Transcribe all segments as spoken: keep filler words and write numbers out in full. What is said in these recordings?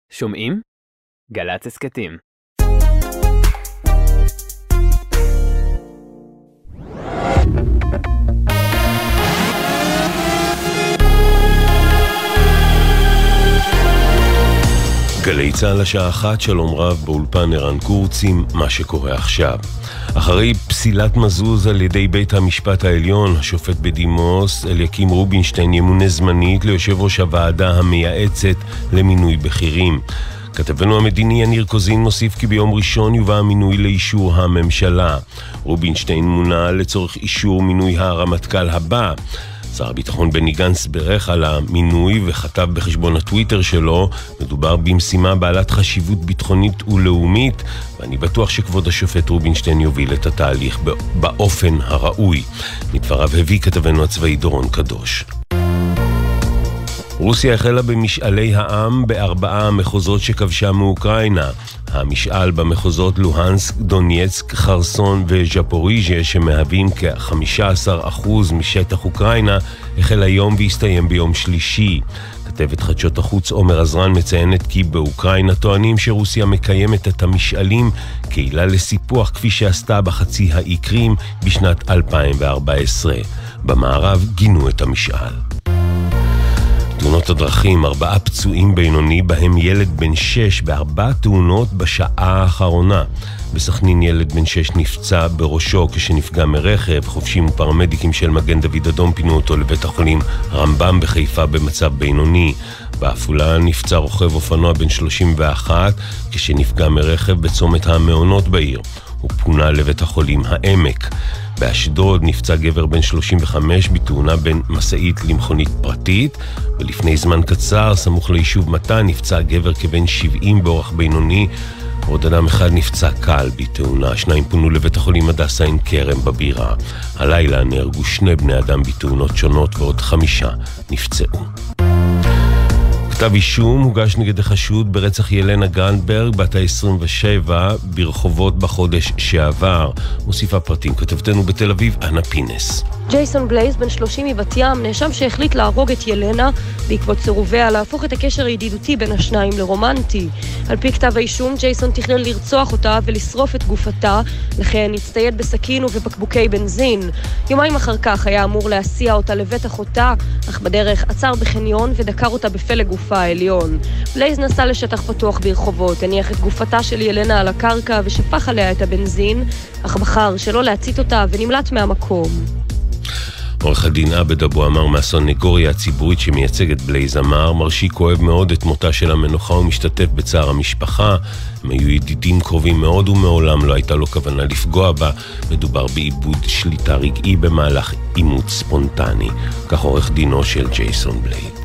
שומעים? גל"צ הסכתים. גלי צהל השעה אחת, שלום רב, באולפן ערן קורצים, מה שקורה עכשיו. אחרי פסילת מזוז על ידי בית המשפט העליון, השופט בדימוס אליקים רובינשטיין ימונה זמנית ליושב ראש הוועדה המייעצת למינוי בכירים. כתבנו המדיני יניר קוזין מוסיף כי ביום ראשון יובא המינוי לאישור הממשלה. רובינשטיין מונה לצורך אישור מינוי הרמטכ"ל הבא. שר הביטחון בני גנץ בירך על המינוי וכתב בחשבון הטוויטר שלו, מדובר במשימה בעלת חשיבות ביטחונית ולאומית, ואני בטוח שכבוד השופט רובינשטיין יוביל את התהליך באופן הראוי. מדבריו הביא כתבנו הצבאי דורון קדוש. רוסיה החלה במשאלי העם בארבעה המחוזות שכבשה מאוקראינה. המשאל במחוזות לוהנסק, דונייצק, חרסון וז'פוריז'יה, שמהווים כ-חמישה עשר אחוז משטח אוקראינה, החל היום והסתיים ביום שלישי. כתבת חדשות החוץ עומר עזרן מציינת כי באוקראינה טוענים שרוסיה מקיימת את המשאלים כעילה לסיפוח כפי שעשתה בחצי האי קרים בשנת אלפיים וארבע עשרה. במערב גינו את המשאל. תאונות הדרכים, ארבעה פצועים בינוני, בהם ילד בן שש בארבע תאונות בשעה האחרונה. בסכנין ילד בן שש נפצע בראשו כשנפגע מרכב. חובשים ופרמדיקים של מגן דוד אדום פינו אותו לבית החולים רמב"ם בחיפה במצב בינוני. בעפולה נפצע רוכב אופנוע בן שלושים ואחת כשנפגע מרכב בצומת המעונות בעיר. הוא פונה לבית החולים העמק. באשדוד נפצע גבר בן שלושים וחמש בתאונה בין מסעית למכונית פרטית, ולפני זמן קצר סמוך ליישוב מטה נפצע גבר כבן שבעים באורח בינוני. עוד אדם אחד נפצע קל בתאונה. שניים פונו לבית החולים הדסה עין כרם בבירה. הלילה נהרגו שני בני אדם בתאונות שונות ועוד חמישה נפצעו. כתב אישום הוגש נגד החשוד ברצח ילנה גרנדברג בת ה-עשרים ושבע ברחובות בחודש שעבר. מוסיפה פרטים כתבתנו בתל אביב אנה פינס. ג'ייסון בלייז בן שלושים מבת ים נאשם שהחליט להרוג את ילנה בעקבות סירוביה להפוך את הקשר הידידותי בין השניים לרומנטי. על פי כתב האישום, ג'ייסון תכנן לרצוח אותה ולשרוף את גופתה, לכן הצטייד בסכין ובבקבוקי בנזין. יומיים אחר כך היה אמור להסיע אותה לבית אחותה, אך בדרך עצר בחניון ודקר אותה בפלג גופה העליון. בלייז נסע לשטח פתוח ברחובות, הניח את גופתה של ילנה על הקרקע ושפך עליה את הבנזין, אך בחר שלא להצית אותה ונמלט מהמקום. עורך הדין עבד אבו אמר מהסנגוריה הציבורית שמייצגת בלייז אמר, מרשי כואב מאוד את מותה של המנוחה ומשתתף בצער המשפחה. הם היו ידידים קרובים מאוד ומעולם לא הייתה לו כוונה לפגוע בה. מדובר באיבוד שליטה רגעי במהלך אימוץ ספונטני. כך עורך דינו של ג'ייסון בלייז.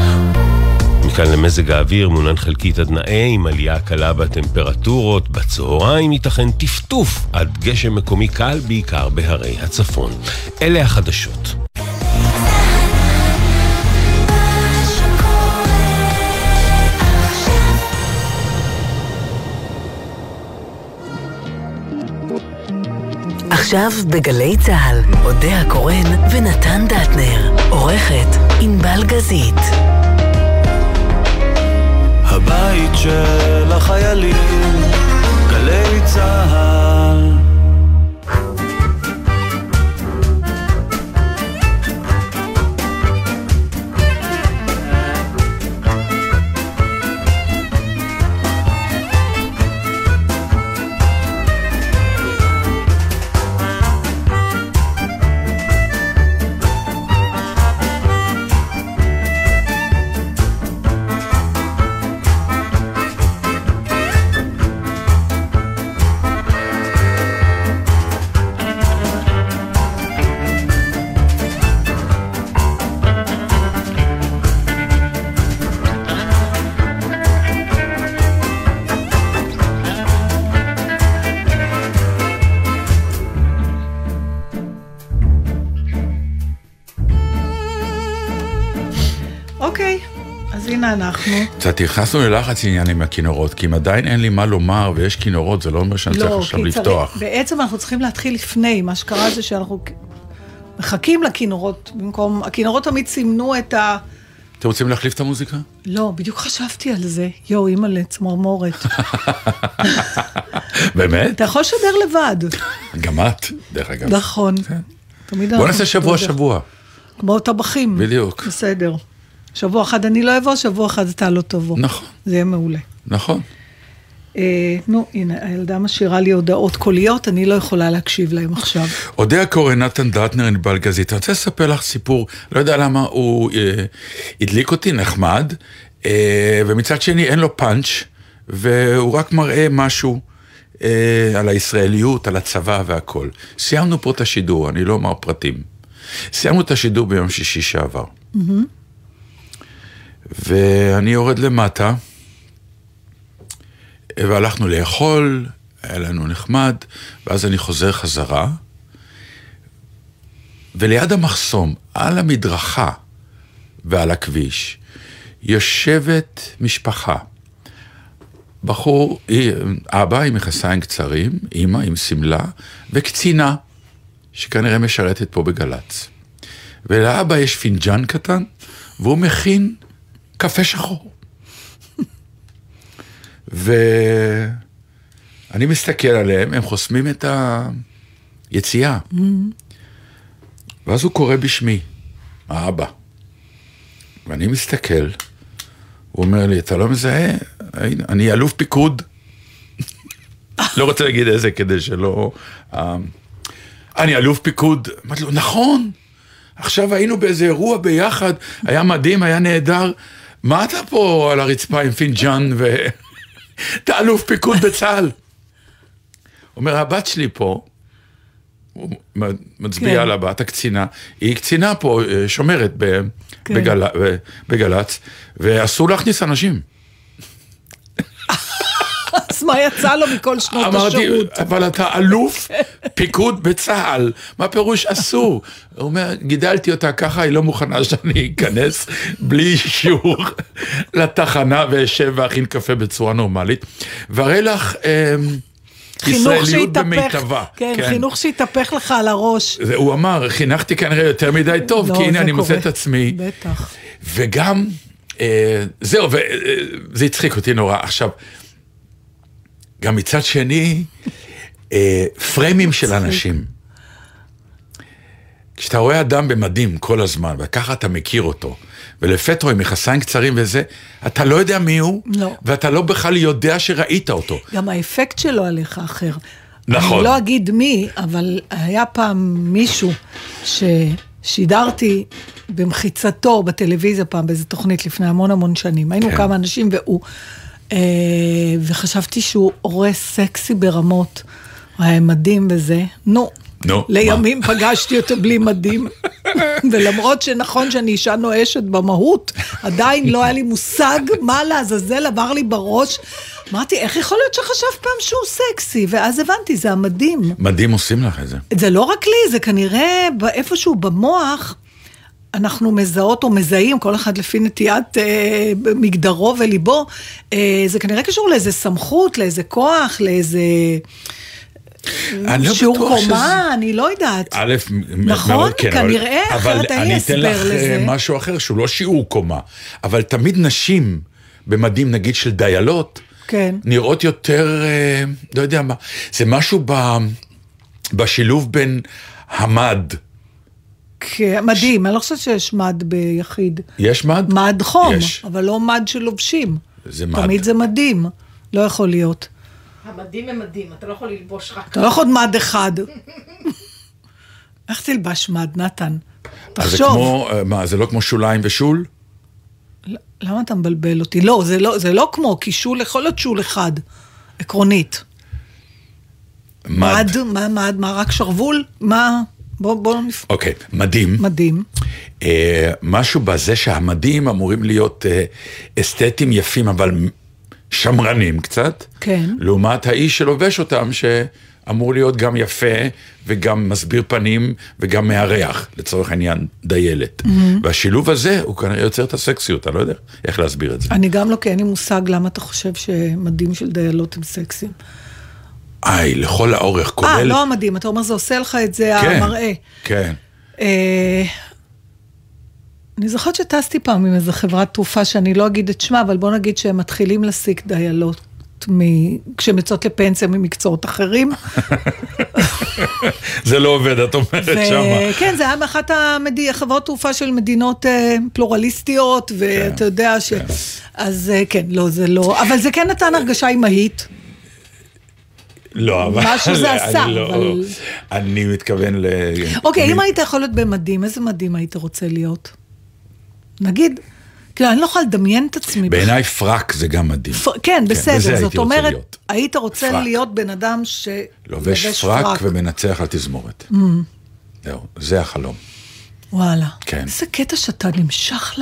מכאן למזג האוויר, מונן חלקית עד נאה עם עלייה קלה בטמפרטורות. בצהריים ייתכן טפטוף עד גשם מקומי קל בעיקר בהרי הצפון. אלה החדשות. עכשיו בגלי צהל, אודיה קורן ונתן דטנר. עורכת ענבל גזית. הבית של החיילים, גלי צהל. אנחנו. קצת נכנסנו ללחץ עניין עם הכינורות, כי אם עדיין אין לי מה לומר ויש כינורות, זה לא אומר שאני צריך עכשיו לפתוח. בעצם אנחנו צריכים להתחיל לפני, מה שקרה זה שאנחנו מחכים לכינורות, במקום, הכינורות תמיד סימנו את אתם רוצים להחליף את המוזיקה? לא, בדיוק חשבתי על זה. יו, אימא לצמרמורת. באמת? אתה יכול לשדר לבד. גם את, דרך אגב. נכון. בוא נעשה שבוע שבוע. כמו טבחים. בדיוק. בסדר. שבוע אחד אני לא אבוא, שבוע אחד אתה לא תבוא. נכון. זה יהיה מעולה. נכון. אה, נו, הנה, הילדה משאירה לי הודעות קוליות, אני לא יכולה להקשיב להם עכשיו. אודיה הקורא, נתן דטנר, ענבל גזית. אני רוצה לספר לך סיפור, לא יודע למה הוא אה, הדליק אותי, נחמד, אה, ומצד שני אין לו פאנץ', והוא רק מראה משהו אה, על הישראליות, על הצבא והכל. סיימנו פה את השידור, אני לא אומר פרטים. סיימנו את השידור ביום שישי שעבר. Mm-hmm. ואני יורד למטה, והלכנו לאכול, היה לנו נחמד, ואז אני חוזר חזרה, וליד המחסום, על המדרכה ועל הכביש, יושבת משפחה. בחור, אבא עם מכנסיים קצרים, אמא עם סמלה, וקצינה, שכנראה משרתת פה בגלץ. ולאבא יש פינג'ן קטן, והוא מכין קפה שחור. ואני מסתכל עליהם, הם חוסמים את היציאה. Mm-hmm. ואז הוא קורא בשמי, האבא. ואני מסתכל, הוא אומר לי, אתה לא מזהה? אני אלוף פיקוד. לא רוצה להגיד איזה כדי שלא... אני אלוף פיקוד. אמרתי לו, נכון, עכשיו היינו באיזה אירוע ביחד, היה מדהים, היה נהדר. מה אתה פה על הרצפה עם פינג'ן ו... אתה אלוף פיקוד בצהל. אומר, הבת שלי פה, הוא מצביע על הבת, הקצינה, היא קצינה פה, שומרת בגלץ, ואסור להכניס אנשים. אז מה יצא לו מכל שנות השירות? אמרתי, אבל אתה אלוף פיקוד בצהל, מה פירוש אסור? הוא אומר, גידלתי אותה ככה, היא לא מוכנה שאני אכנס בלי אישור לתחנה ואשב ואכין קפה בצורה נורמלית, והרי לך ישראליות במיטבה. כן, חינוך שהתהפך לך על הראש. הוא אמר, חינכתי כנראה יותר מדי טוב, כי הנה אני מוצא את עצמי. בטח. וגם, זהו, וזה הצחיק אותי נורא. עכשיו, גם מצד שני, אה, פריימים של אנשים. כשאתה רואה אדם במדים כל הזמן, וככה אתה מכיר אותו, ולפתרו עם מכנסיים קצרים וזה, אתה לא יודע מי הוא, לא. ואתה לא בכלל יודע שראית אותו. גם האפקט שלו עליך אחר. נכון. אני לא אגיד מי, אבל היה פעם מישהו ששידרתי במחיצתו בטלוויזיה פעם, באיזו תוכנית לפני המון המון שנים. היינו כן. כמה אנשים והוא... וחשבתי שהוא הורס סקסי ברמות, היה מדהים וזה, נו, נו לימים מה? פגשתי אותו בלי מדים, ולמרות שנכון שאני אישה נואשת במהות, עדיין לא היה לי מושג מה לעזאזל עבר לי בראש, אמרתי, איך יכול להיות שחשב פעם שהוא סקסי, ואז הבנתי, זה המדים. מדים עושים לך את זה. זה לא רק לי, זה כנראה איפשהו במוח, אנחנו מזהות או מזהים, כל אחד לפי נטיית אה, מגדרו וליבו, אה, זה כנראה קשור לאיזה סמכות, לאיזה כוח, לאיזה שיעור קומה, שזה... אני לא יודעת. א', נכון, כן, כנראה, אבל, אחרת אין לי הסבר לזה. אבל אני אתן לך משהו אחר, שהוא לא שיעור קומה, אבל תמיד נשים במדים, נגיד של דיילות, כן. נראות יותר, אה, לא יודע מה, זה משהו ב, בשילוב בין המד, מדהים, אני לא חושבת שיש מד ביחיד. יש מד? מד חום, אבל לא מד שלובשים. זה מד. תמיד זה מדהים, לא יכול להיות. המדים הם מדהים, אתה לא יכול ללבוש רק... אתה לא יכול מד אחד. איך תלבש מד, נתן? תחשוב. זה כמו, מה, זה לא כמו שוליים ושול? למה אתה מבלבל אותי? לא, זה לא, זה לא כמו, כי שול יכול להיות שול אחד, עקרונית. מד. מד, מה מד, מה רק שרוול? מה... בוא, בוא נפ... אוקיי, מדהים. מדהים. אה, משהו בזה שהמדים אמורים להיות אה, אסתטיים יפים, אבל שמרנים קצת. כן. לעומת האיש שלובש אותם, שאמור להיות גם יפה, וגם מסביר פנים, וגם מערך, לצורך העניין דיילת. Mm-hmm. והשילוב הזה, הוא כנראה יוצר את הסקסיות, אני לא יודע איך להסביר את זה. אני גם לא, כי אין לי מושג למה אתה חושב שמדים של דיילות הם סקסיים. איי, לכל האורך, כולל... אה, לא המדהים, אתה אומר, זה עושה לך את זה, כן, המראה. כן. אה, אני זוכרת שטסתי פעם עם איזו חברת תרופה שאני לא אגיד את שמה, אבל בוא נגיד שהם מתחילים להסיק דיילות כשהם יוצאות לפנסיה ממקצועות אחרים. זה לא עובד, את אומרת שמה. כן, זה היה מאחת החברות תרופה של מדינות פלורליסטיות, ואתה יודע ש... אז כן, לא, זה לא... אבל זה כן נתן הרגשה אימהית. לא, אבל... משהו זה עשה, אבל... אני מתכוון ל... אוקיי, אם היית יכול להיות במדים, איזה מדים היית רוצה להיות? נגיד... כאילו, אני לא יכולה לדמיין את עצמי. בעיניי פרק זה גם מדהים. כן, בסדר, זאת אומרת, היית רוצה להיות בן אדם ש... לובש פרק ומנצח על תזמורת. זהו, זה החלום. וואלה. כן. איזה קטע שאתה נמשך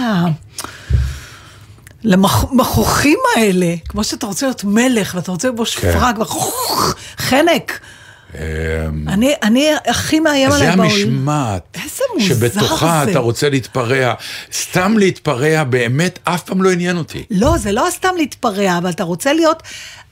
למכוחים האלה, כמו שאתה רוצה להיות מלך, ואתה רוצה לבוש פרק, וחנק. אני, אני הכי מאיים עליי בעולם. זה המשמעת. איזה מוזר זה. שבתוכה אתה רוצה להתפרע. סתם להתפרע באמת אף פעם לא עניין אותי. לא, זה לא סתם להתפרע, אבל אתה רוצה להיות...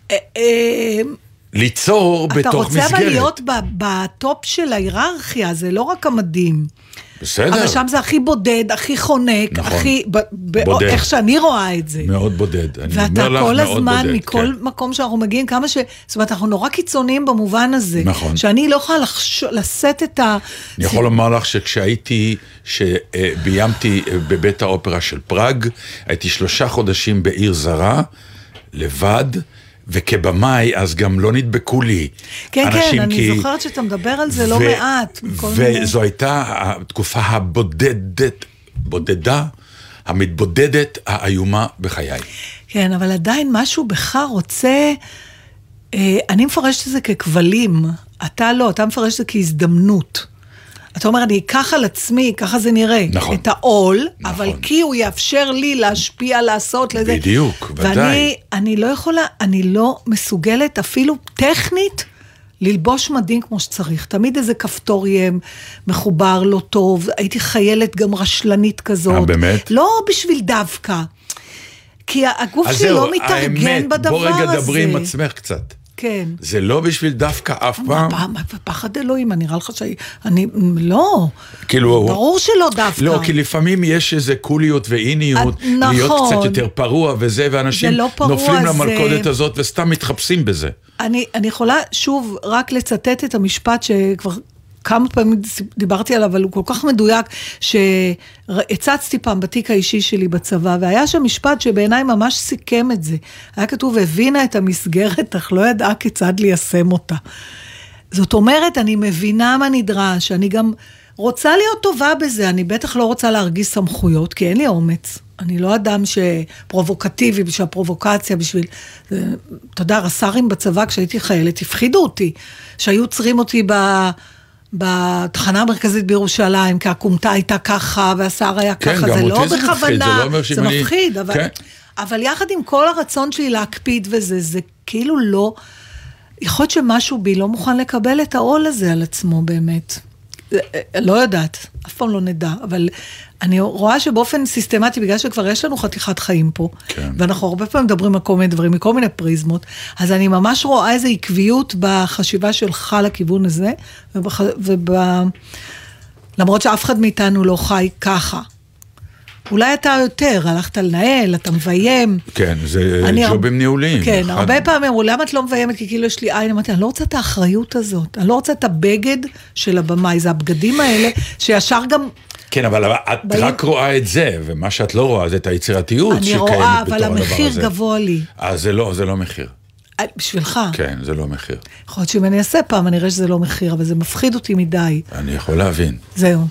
ליצור בתוך מסגרת. אתה רוצה אבל להיות בטופ של ההיררכיה, זה לא רק המדים. בסדר. אבל שם זה הכי בודד, הכי חונק, נכון. הכי... בודד. איך שאני רואה את זה. מאוד בודד. אני ואתה אומר לך, כל מאוד הזמן, בודד, מכל כן. מקום שאנחנו מגיעים, כמה ש... זאת אומרת, אנחנו נורא קיצוניים במובן הזה. נכון. שאני לא יכולה לחש... לשאת את ה... אני יכול לומר לך שכשהייתי, שביימתי בבית האופרה של פראג, הייתי שלושה חודשים בעיר זרה, לבד, וכבמאי, אז גם לא נדבקו לי. כן, כן, אני כי... זוכרת שאתה מדבר על זה לא מעט. וזו מיני... הייתה התקופה הבודדת, בודדה, המתבודדת, האיומה בחיי. כן, אבל עדיין משהו בך רוצה, אה, אני מפרשת את זה ככבלים, אתה לא, אתה מפרש את זה כהזדמנות. אתה אומר, אני אקח על עצמי, ככה זה נראה, נכון. את העול, נכון. אבל כי הוא יאפשר לי להשפיע, לעשות לזה. בדיוק, ודאי. ואני אני לא יכולה, אני לא מסוגלת אפילו טכנית, ללבוש מדים כמו שצריך. תמיד איזה כפתור יהיה מחובר לא טוב, הייתי חיילת גם רשלנית כזאת. אה, באמת? לא בשביל דווקא. כי הגוף שלי לא מתארגן בדבר הזה. בוא רגע דברי עם עצמך קצת. כן. זה לא בשביל דווקא אף פעם. פחד אלוהים, אני נראה לך שאני... אני... לא. כאילו... ברור שלא דווקא. לא, כי לפעמים יש איזה קוליות ואיניות, נכון. להיות קצת יותר פרוע וזה, ואנשים לא נופלים זה... למלכודת הזאת וסתם מתחפשים בזה. אני, אני יכולה שוב רק לצטט את המשפט שכבר... כמה פעמים דיברתי עליו, אבל הוא כל כך מדויק, שהצצתי פעם בתיק האישי שלי בצבא, והיה שם משפט שבעיניי ממש סיכם את זה. היה כתוב, הבינה את המסגרת, אך לא ידעה כיצד ליישם אותה. זאת אומרת, אני מבינה מה נדרש, אני גם רוצה להיות טובה בזה, אני בטח לא רוצה להרגיש סמכויות, כי אין לי אומץ. אני לא אדם שפרובוקטיבי, בשביל הפרובוקציה, בשביל... אתה יודע, רס"רים בצבא, כשהייתי חיילת, הפחידו אותי, שהיו צריכים אותי ב... בתחנה המרכזית בירושלים, כי הקומתה הייתה ככה, והשר היה כן, ככה, זה לא זה בכוונה, מפחיד, זה, לא אומר זה אני... מפחיד, אבל, כן. אבל יחד עם כל הרצון שלי להקפיד וזה, זה כאילו לא, יכול להיות שמשהו בי לא מוכן לקבל את העול הזה על עצמו באמת. לא יודעת, אף פעם לא נדע, אבל אני רואה שבאופן סיסטמטי, בגלל שכבר יש לנו חתיכת חיים פה, כן. ואנחנו הרבה פעמים מדברים על כל מיני דברים, מכל מיני פריזמות, אז אני ממש רואה איזו עקביות בחשיבה שלך לכיוון הזה, ובח... וב... למרות שאף אחד מאיתנו לא חי ככה. אולי אתה יותר, הלכת לנהל, אתה מביים. כן, זה ג'ובים ניהוליים. כן, אחד... הרבה פעמים אמרו, למה את לא מביימת? כי כאילו יש לי עין, אמרתי, אני לא רוצה את האחריות הזאת, אני לא רוצה את הבגד של הבמאי, זה הבגדים האלה, שישר גם... כן, אבל את באים... רק רואה את זה, ומה שאת לא רואה זה את היצירתיות שקיימת בתור הדבר הזה. אני רואה, אבל המחיר גבוה לי. אז זה לא, זה לא מחיר. בשבילך. כן, זה לא מחיר. יכול להיות שאם אני אעשה פעם, אני אראה שזה לא מחיר, אבל זה מפחיד אותי מדי. אני יכול להבין. זהו.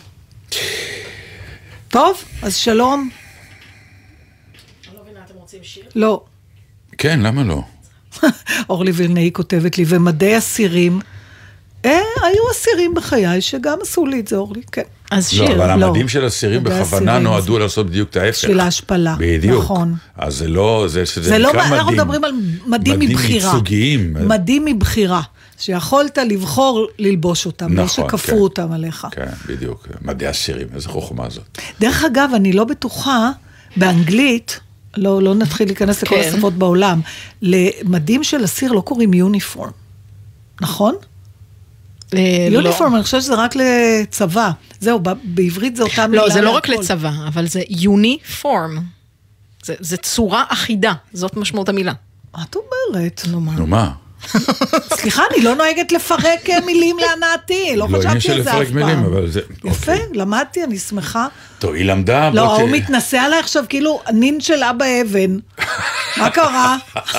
טוב, אז שלום. אני לא מבינה, אתם רוצים שיר? לא. כן, למה לא? אורלי וילנאי כותבת לי, ומדי אסירים, אה, היו אסירים בחיי שגם עשו לי את זה, אורלי, כן. אז שיר. לא, אבל המדים של אסירים בכוונה נועדו לעשות בדיוק את ההפך. של ההשפלה. בדיוק. נכון. אז זה לא, זה זה לא, אנחנו מדברים על מדים מבחירה. מדים ייצוגיים. מדים מבחירה. שיכולת לבחור ללבוש אותם, לא שכפו אותם עליך. כן, בדיוק. מדי אסירים, איזו חוכמה הזאת. דרך אגב, אני לא בטוחה, באנגלית, לא, לא נתחיל להיכנס לכל השפות בעולם, למדים של אסיר לא קוראים יוניפורם. נכון? יוניפורם, אני חושבת שזה רק לצבא. זהו, בעברית זה אותה מילה. לא, זה לא רק לצבא, אבל זה יוניפורם. זה צורה אחידה, זאת משמעות המילה. מה את אומרת? נו מה? סליחה, אני לא נוהגת לפרק מילים להנאתי, לא חשבתי על זה אף פעם. יפה, למדתי, אני שמחה. טוב, היא למדה. לא, הוא מתנסה עליי עכשיו כאילו נין של אבא אבן. מה קרה?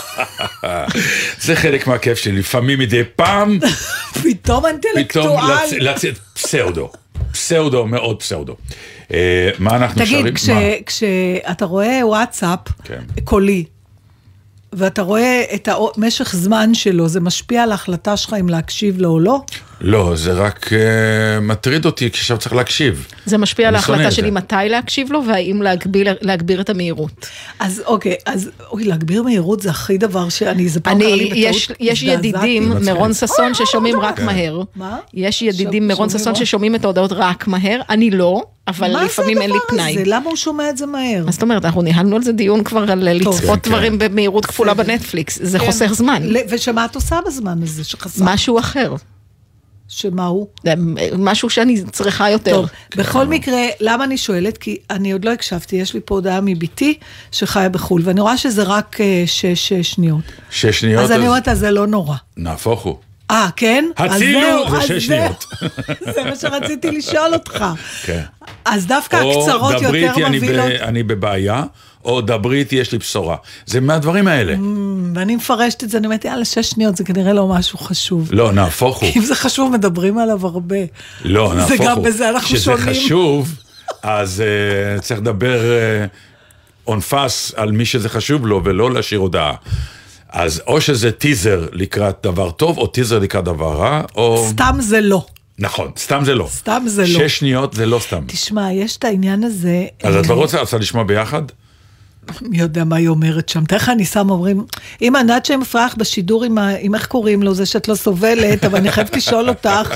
זה חלק מהכיף שלי, לפעמים מדי פעם. פתאום אינטלקטואל. פתאום לצאת פסאודו. פסאודו, מאוד פסאודו. מה אנחנו שרים? תגיד, כשאתה רואה וואטסאפ קולי, ואתה רואה את המשך זמן שלו, זה משפיע על ההחלטה שלך אם להקשיב לו או לא? לא, זה רק uh, מטריד אותי כשאתה צריך להקשיב. זה משפיע על ההחלטה שלי מתי להקשיב לו, והאם להגביר, להגביר את המהירות. אז אוקיי, אז אוי, להגביר מהירות זה הכי דבר שאני, זה פעם קרה לי בטעות. יש, יש ידידים, מרון ססון, ששומעים רק מהר. מה? יש ידידים, מרון ססון, ששומעים את ההודעות רק מהר. אני לא. אבל לפעמים אין לי פנאי. זה? למה הוא שומע את זה מהר? מה זאת אומרת, אנחנו ניהלנו על זה דיון כבר על לצפות דברים במהירות כפולה בנטפליקס, זה חוסך זמן. ושמה את עושה בזמן הזה שחסך? משהו אחר. שמה הוא? משהו שאני צריכה יותר. טוב, בכל מקרה, למה אני שואלת? כי אני עוד לא הקשבתי, יש לי פה הודעה מביתי שחיה בחול, ואני רואה שזה רק שש שניות. שש שניות? אז אני אומרת, אז זה לא נורא. נהפוך הוא. אה, כן? הצילו זה שש שניות. זה מה שרציתי לשאול אותך. אז דווקא הקצרות יותר מובילות. אני בבעיה, או דברי איתי, יש לי בשורה. זה מהדברים האלה. ואני מפרשת את זה, אני אומרת, יאללה, שש שניות, זה כנראה לא משהו חשוב. לא, נהפוך הוא. כי אם זה חשוב, מדברים עליו הרבה. לא, נהפוך הוא. זה גם בזה אנחנו שונים. שזה חשוב, אז צריך לדבר אונפס על מי שזה חשוב לו, ולא להשאיר הודעה. אז או שזה טיזר לקראת דבר טוב, או טיזר לקראת דבר רע, או... סתם זה לא. נכון, סתם זה לא. סתם זה לא. שש שניות זה לא סתם. תשמע, יש את העניין הזה... אז את לא רוצה, רוצה לשמוע ביחד? מי יודע מה היא אומרת שם. תכף אני שם אומרים, אם ענת שהם מפרח בשידור עם, ה... עם איך קוראים לו, זה שאת לא סובלת, אבל אני חייבת לשאול אותך.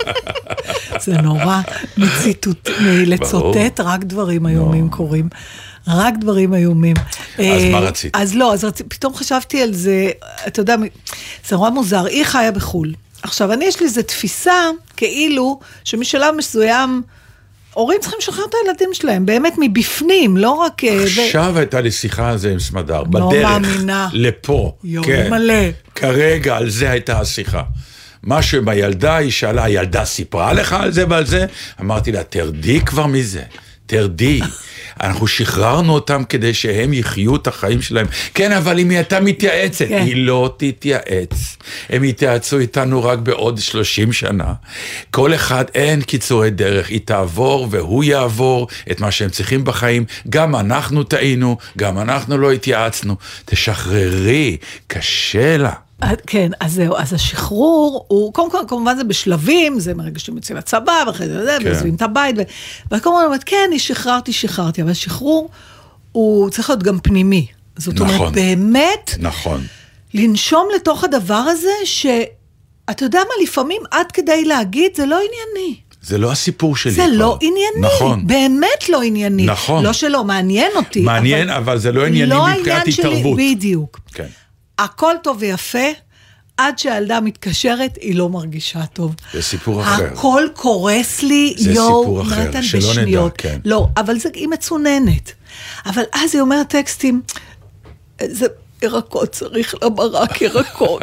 זה נורא מציטוט, מלצוטט, רק דברים איומים קורים. רק דברים איומים. אז מה רצית? אז לא, אז רצ... פתאום חשבתי על זה, אתה יודע, זה נורא מוזר, היא חיה בחול. עכשיו, אני יש לי איזו תפיסה, כאילו, שמשלב מסוים, הורים צריכים לשחרר את הילדים שלהם, באמת מבפנים, לא רק... עכשיו ו... הייתה לי שיחה על זה עם סמדר, לא בדרך, מאמינה. לפה. יום כן. מלא. כרגע על זה הייתה השיחה. משהו עם הילדה, היא שאלה, הילדה סיפרה לך על זה ועל זה? אמרתי לה, תרדי כבר מזה, תרדי. אנחנו שחררנו אותם כדי שהם יחיו את החיים שלהם. כן, אבל אם היא הייתה מתייעצת, כן. היא לא תתייעץ. הם יתייעצו איתנו רק בעוד שלושים שנה. כל אחד אין קיצורי דרך, היא תעבור והוא יעבור את מה שהם צריכים בחיים. גם אנחנו טעינו, גם אנחנו לא התייעצנו. תשחררי, קשה לה. כן, אז זהו, אז השחרור הוא, קודם כל, כמובן זה בשלבים, זה מרגע שאתם יוצאים לצבא, ואחרי זה, ועוזבים את הבית, וכמובן אומרת, כן, אני שחררתי, שחררתי, אבל השחרור הוא צריך להיות גם פנימי. זאת אומרת, באמת, נכון. לנשום לתוך הדבר הזה, שאתה יודע מה, לפעמים עד כדי להגיד, זה לא ענייני. זה לא הסיפור שלי. זה לא ענייני. נכון. באמת לא ענייני. נכון. לא שלא, מעניין אותי. מעניין, אבל זה לא ענייני מבחינת התערבות. בדיוק. כן. הכל טוב ויפה, עד שהילדה מתקשרת, היא לא מרגישה טוב. זה סיפור אחר. הכל קורס לי, זה יו, סיפור אחר, שלא נדע, כן. לא, אבל זה, היא מצוננת. אבל אז היא אומרת טקסטים, איזה ירקות צריך למרק ירקות.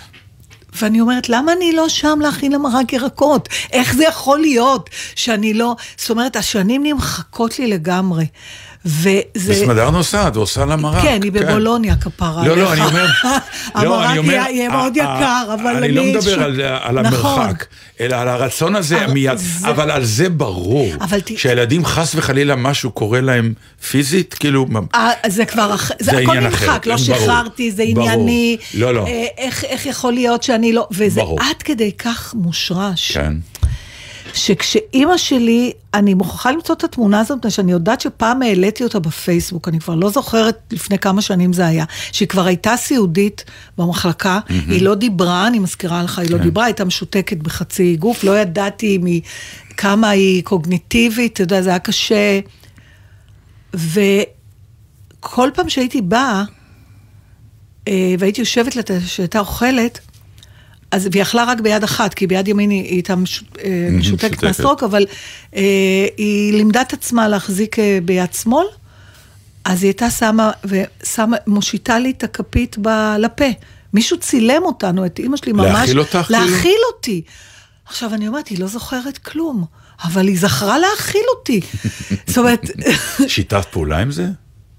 ואני אומרת, למה אני לא שם להכין למרק ירקות? איך זה יכול להיות שאני לא... זאת אומרת, השנים נמחקות לי לגמרי. וזה... בסמדר נוסעת, ועושה לה מרק. כן, היא בבולוניה כפרה. לא, לא, אני אומר... המרק יהיה מאוד יקר, אבל אני... אני לא מדבר על המרחק, אלא על הרצון הזה מיד. אבל על זה ברור, שהילדים חס וחלילה משהו קורה להם פיזית, כאילו... זה כבר... זה הכל נמחק, לא שחררתי, זה ענייני. לא, לא. איך יכול להיות שאני לא... וזה עד כדי כך מושרש. כן. שכשאימא שלי, אני מוכרחה למצוא את התמונה הזאת, שאני יודעת שפעם העליתי אותה בפייסבוק, אני כבר לא זוכרת לפני כמה שנים זה היה, שהיא כבר הייתה סיעודית במחלקה, mm-hmm. היא לא דיברה, אני מזכירה לך, היא לא דיברה, הייתה משותקת בחצי גוף, לא ידעתי כמה היא קוגניטיבית, אתה יודע, זה היה קשה, וכל פעם שהייתי באה, והייתי יושבת לה שהייתה אוכלת, אז היא אכלה רק ביד אחת, כי ביד ימין היא הייתה משותקת מהסטרוק, אבל היא לימדה את עצמה להחזיק ביד שמאל, אז היא הייתה שמה, ושמה, מושיטה לי את הכפית לפה. מישהו צילם אותנו, את אמא שלי ממש... להאכיל אותך? להאכיל אותי. עכשיו אני אומרת, היא לא זוכרת כלום, אבל היא זכרה להאכיל אותי. זאת אומרת... שיטת פעולה עם זה?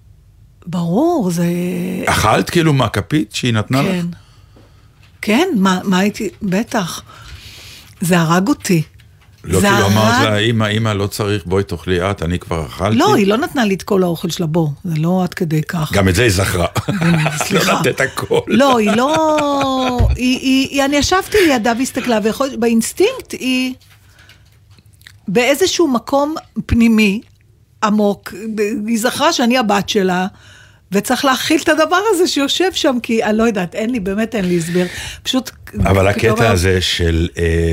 ברור, זה... אכלת כאילו מהכפית שהיא נתנה לך? כן. כן, מה, מה הייתי... בטח. זה הרג אותי. לא, כאילו אמרת לה, אמא, אמא, לא צריך, בואי תאכלי את, אני כבר אכלתי. לא, היא לא נתנה לי את כל האוכל שלה, בוא, זה לא עד כדי כך. גם את זה היא זכרה. לא נתת הכל. לא, היא לא... אני ישבתי לידה והסתכלה, ובאינסטינקט היא באיזשהו מקום פנימי, עמוק, היא זכרה שאני הבת שלה, וצריך להכיל את הדבר הזה שיושב שם, כי אני לא יודעת, אין לי, באמת אין לי הסבר. פשוט... אבל הקטע הזה של...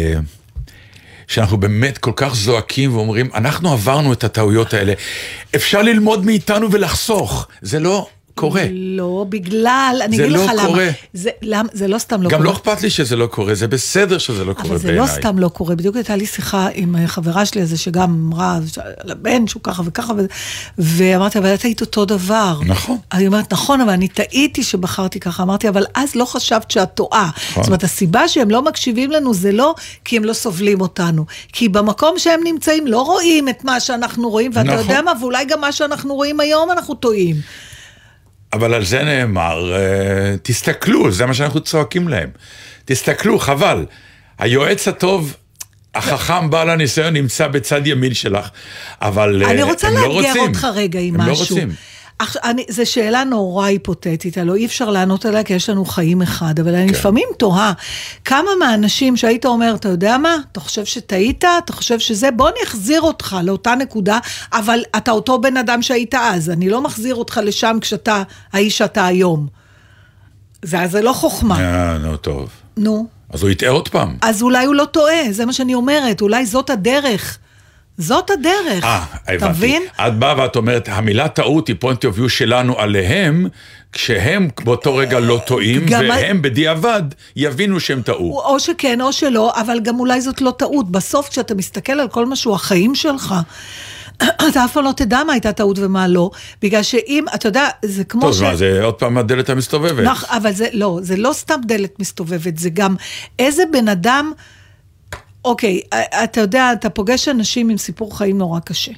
שאנחנו באמת כל כך זועקים ואומרים, אנחנו עברנו את הטעויות האלה, אפשר ללמוד מאיתנו ולחסוך, זה לא קורה. לא, בגלל, אני אגיד לא לך קורה. למה, זה, למה, זה לא סתם לא גם קורה. גם לא אכפת לי שזה לא קורה, זה בסדר שזה לא קורה בעיניי. אבל זה לא סתם לא קורה, בדיוק הייתה לי שיחה עם חברה שלי הזה, שגם אמרה, לבן שהוא ככה וככה, ואמרתי, אבל את היית אותו דבר. נכון. אני אומרת, נכון, אבל אני טעיתי שבחרתי ככה, אמרתי, אבל אז לא חשבת שאת טועה. נכון. זאת אומרת, הסיבה שהם לא מקשיבים לנו, זה לא כי הם לא סובלים אותנו, כי במקום שהם נמצאים, לא רואים את מה שאנחנו רואים, ואתה נכון. יודע מה, ואולי גם מה שאנחנו רואים היום, אנחנו טועים. אבל על זה נאמר, תסתכלו, זה מה שאנחנו צועקים להם. תסתכלו, חבל. היועץ הטוב, החכם בעל הניסיון, נמצא בצד ימין שלך, אבל הם לא רוצים. אני רוצה לאתגר אותך רגע עם משהו. הם לא רוצים. זו שאלה נורא היפותטית, הלוא אי אפשר לענות עליה, כי יש לנו חיים אחד, אבל אני לפעמים תוהה, כמה מהאנשים שהיית אומר, אתה יודע מה? אתה חושב שטעית? אתה חושב שזה? בוא נחזיר אותך לאותה נקודה, אבל אתה אותו בן אדם שהיית אז, אני לא מחזיר אותך לשם כשאתה האיש שאתה היום. זה, זה לא חוכמה. נו, טוב. נו. אז הוא יטעה עוד פעם. אז אולי הוא לא טועה, זה מה שאני אומרת, אולי זאת הדרך. זאת הדרך. אה, הבנתי. את באה ואת אומרת, המילה טעות היא point of view שלנו עליהם, כשהם באותו רגע לא טועים, והם בדיעבד יבינו שהם טעו. או שכן או שלא, אבל גם אולי זאת לא טעות. בסוף כשאתה מסתכל על כל משהו, החיים שלך, אתה אף פעם לא תדע מה הייתה טעות ומה לא, בגלל שאם, אתה יודע, זה כמו טוב, ש... טוב, מה, זה עוד פעם הדלת המסתובבת. נח, אבל זה לא, זה לא סתם דלת מסתובבת, זה גם איזה בן אדם... אוקיי, אתה יודע, אתה פוגש אנשים עם סיפור חיים נורא קשה.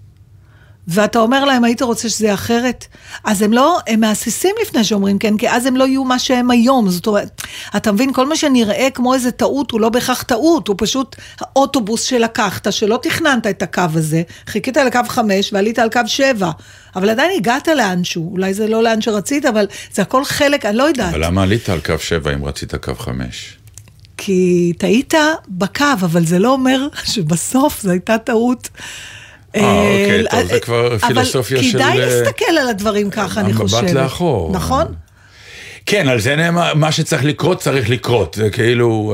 ואתה אומר להם, היית רוצה שזה יהיה אחרת? אז הם לא, הם מאסיסים לפני שאומרים כן, כי אז הם לא יהיו מה שהם היום. זאת אומרת, אתה מבין, כל מה שנראה כמו איזה טעות, הוא לא בהכרח טעות, הוא פשוט האוטובוס שלקחת, שלא תכננת את הקו הזה, חיכית על הקו חמש ועלית על קו שבע, אבל עדיין הגעת לאנשהו, אולי זה לא לאן שרצית, אבל זה הכל חלק, אני לא יודעת. אבל למה עלית על קו שבע אם רצית קו חמש? כי טעית בקו, אבל זה לא אומר שבסוף זו הייתה טעות. אה, אוקיי, טוב, זה כבר פילוסופיה של... אבל כדאי להסתכל על הדברים ככה, אני חושבת. מבט לאחור. נכון? כן, על זה נאמר, מה שצריך לקרות, צריך לקרות. זה כאילו...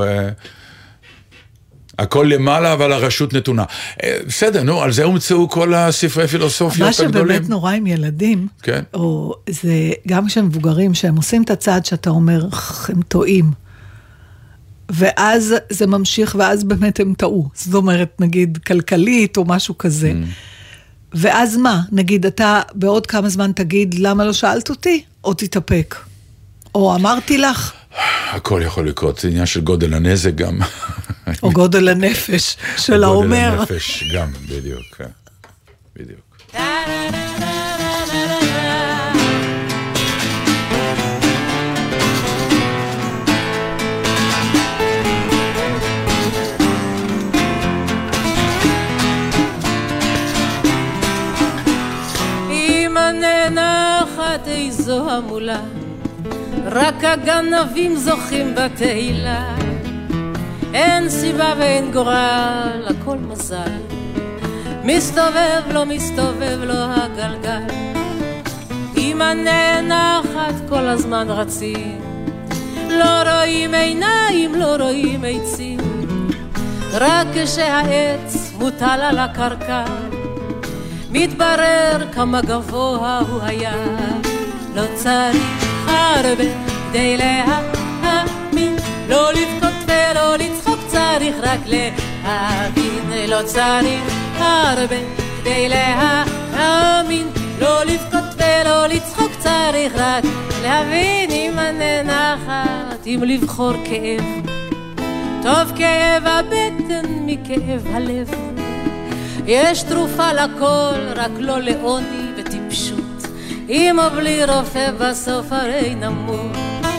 הכל למעלה, אבל הרשות נתונה. בסדר, נו, על זה הומצאו כל הספרי פילוסופיות הגדולים. מה שבאמת נורא עם ילדים, כן. או זה גם כשהם מבוגרים, שהם עושים את הצעד שאתה אומר, הם טועים. ואז זה ממשיך, ואז באמת הם טעו. זאת אומרת, נגיד, כלכלית או משהו כזה. Mm. ואז מה? נגיד, אתה בעוד כמה זמן תגיד, למה לא שאלת אותי? או תתאפק. או אמרתי לך? הכל יכול לקרות, זה עניין של גודל הנזק גם. או גודל הנפש של האומר. גודל הנפש גם, בדיוק. בדיוק. איזו המולה, רק הגנבים זוכים בתהילה, אין סיבה ואין גורל, הכל מזל, מסתובב לא מסתובב לא הגלגל, אם הננחת כל הזמן רצים, לא רואים עיניים, לא רואים עצים, רק כשהעץ מוטל על הקרקע, מתברר כמה גבוה הוא היה, לא צריך הרבה כדי להאמין, לא לבכות צריך רק להבין, לא צריך הרבה כדי להאמין, לא לבכות ולא לצחוק, צריך רק להבין אם הננחת, אם לבחור כאב, טוב כאב הבטן מכאב הלב. יש תרופה לכל, רק לא לעוני וטיפשות, עם או בלי רופא בסוף הרי נמות.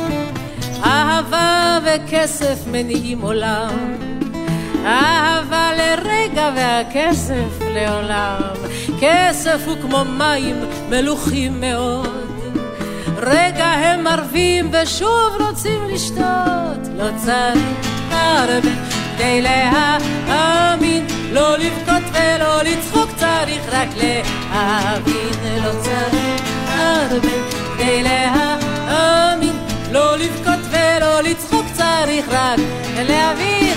אהבה וכסף מניעים עולם, אהבה לרגע והכסף לעולם. כסף הוא כמו מים מלוכים מאוד, רגע הם מרבים ושוב רוצים לשתות. לא צריך הרבה כדי להאמין, לא לבכות ולא לצחוק, צריך רק להבין. לא צריך הרבה כדי להאמין, לא לבכות ולא לצחוק, צריך רק להבין.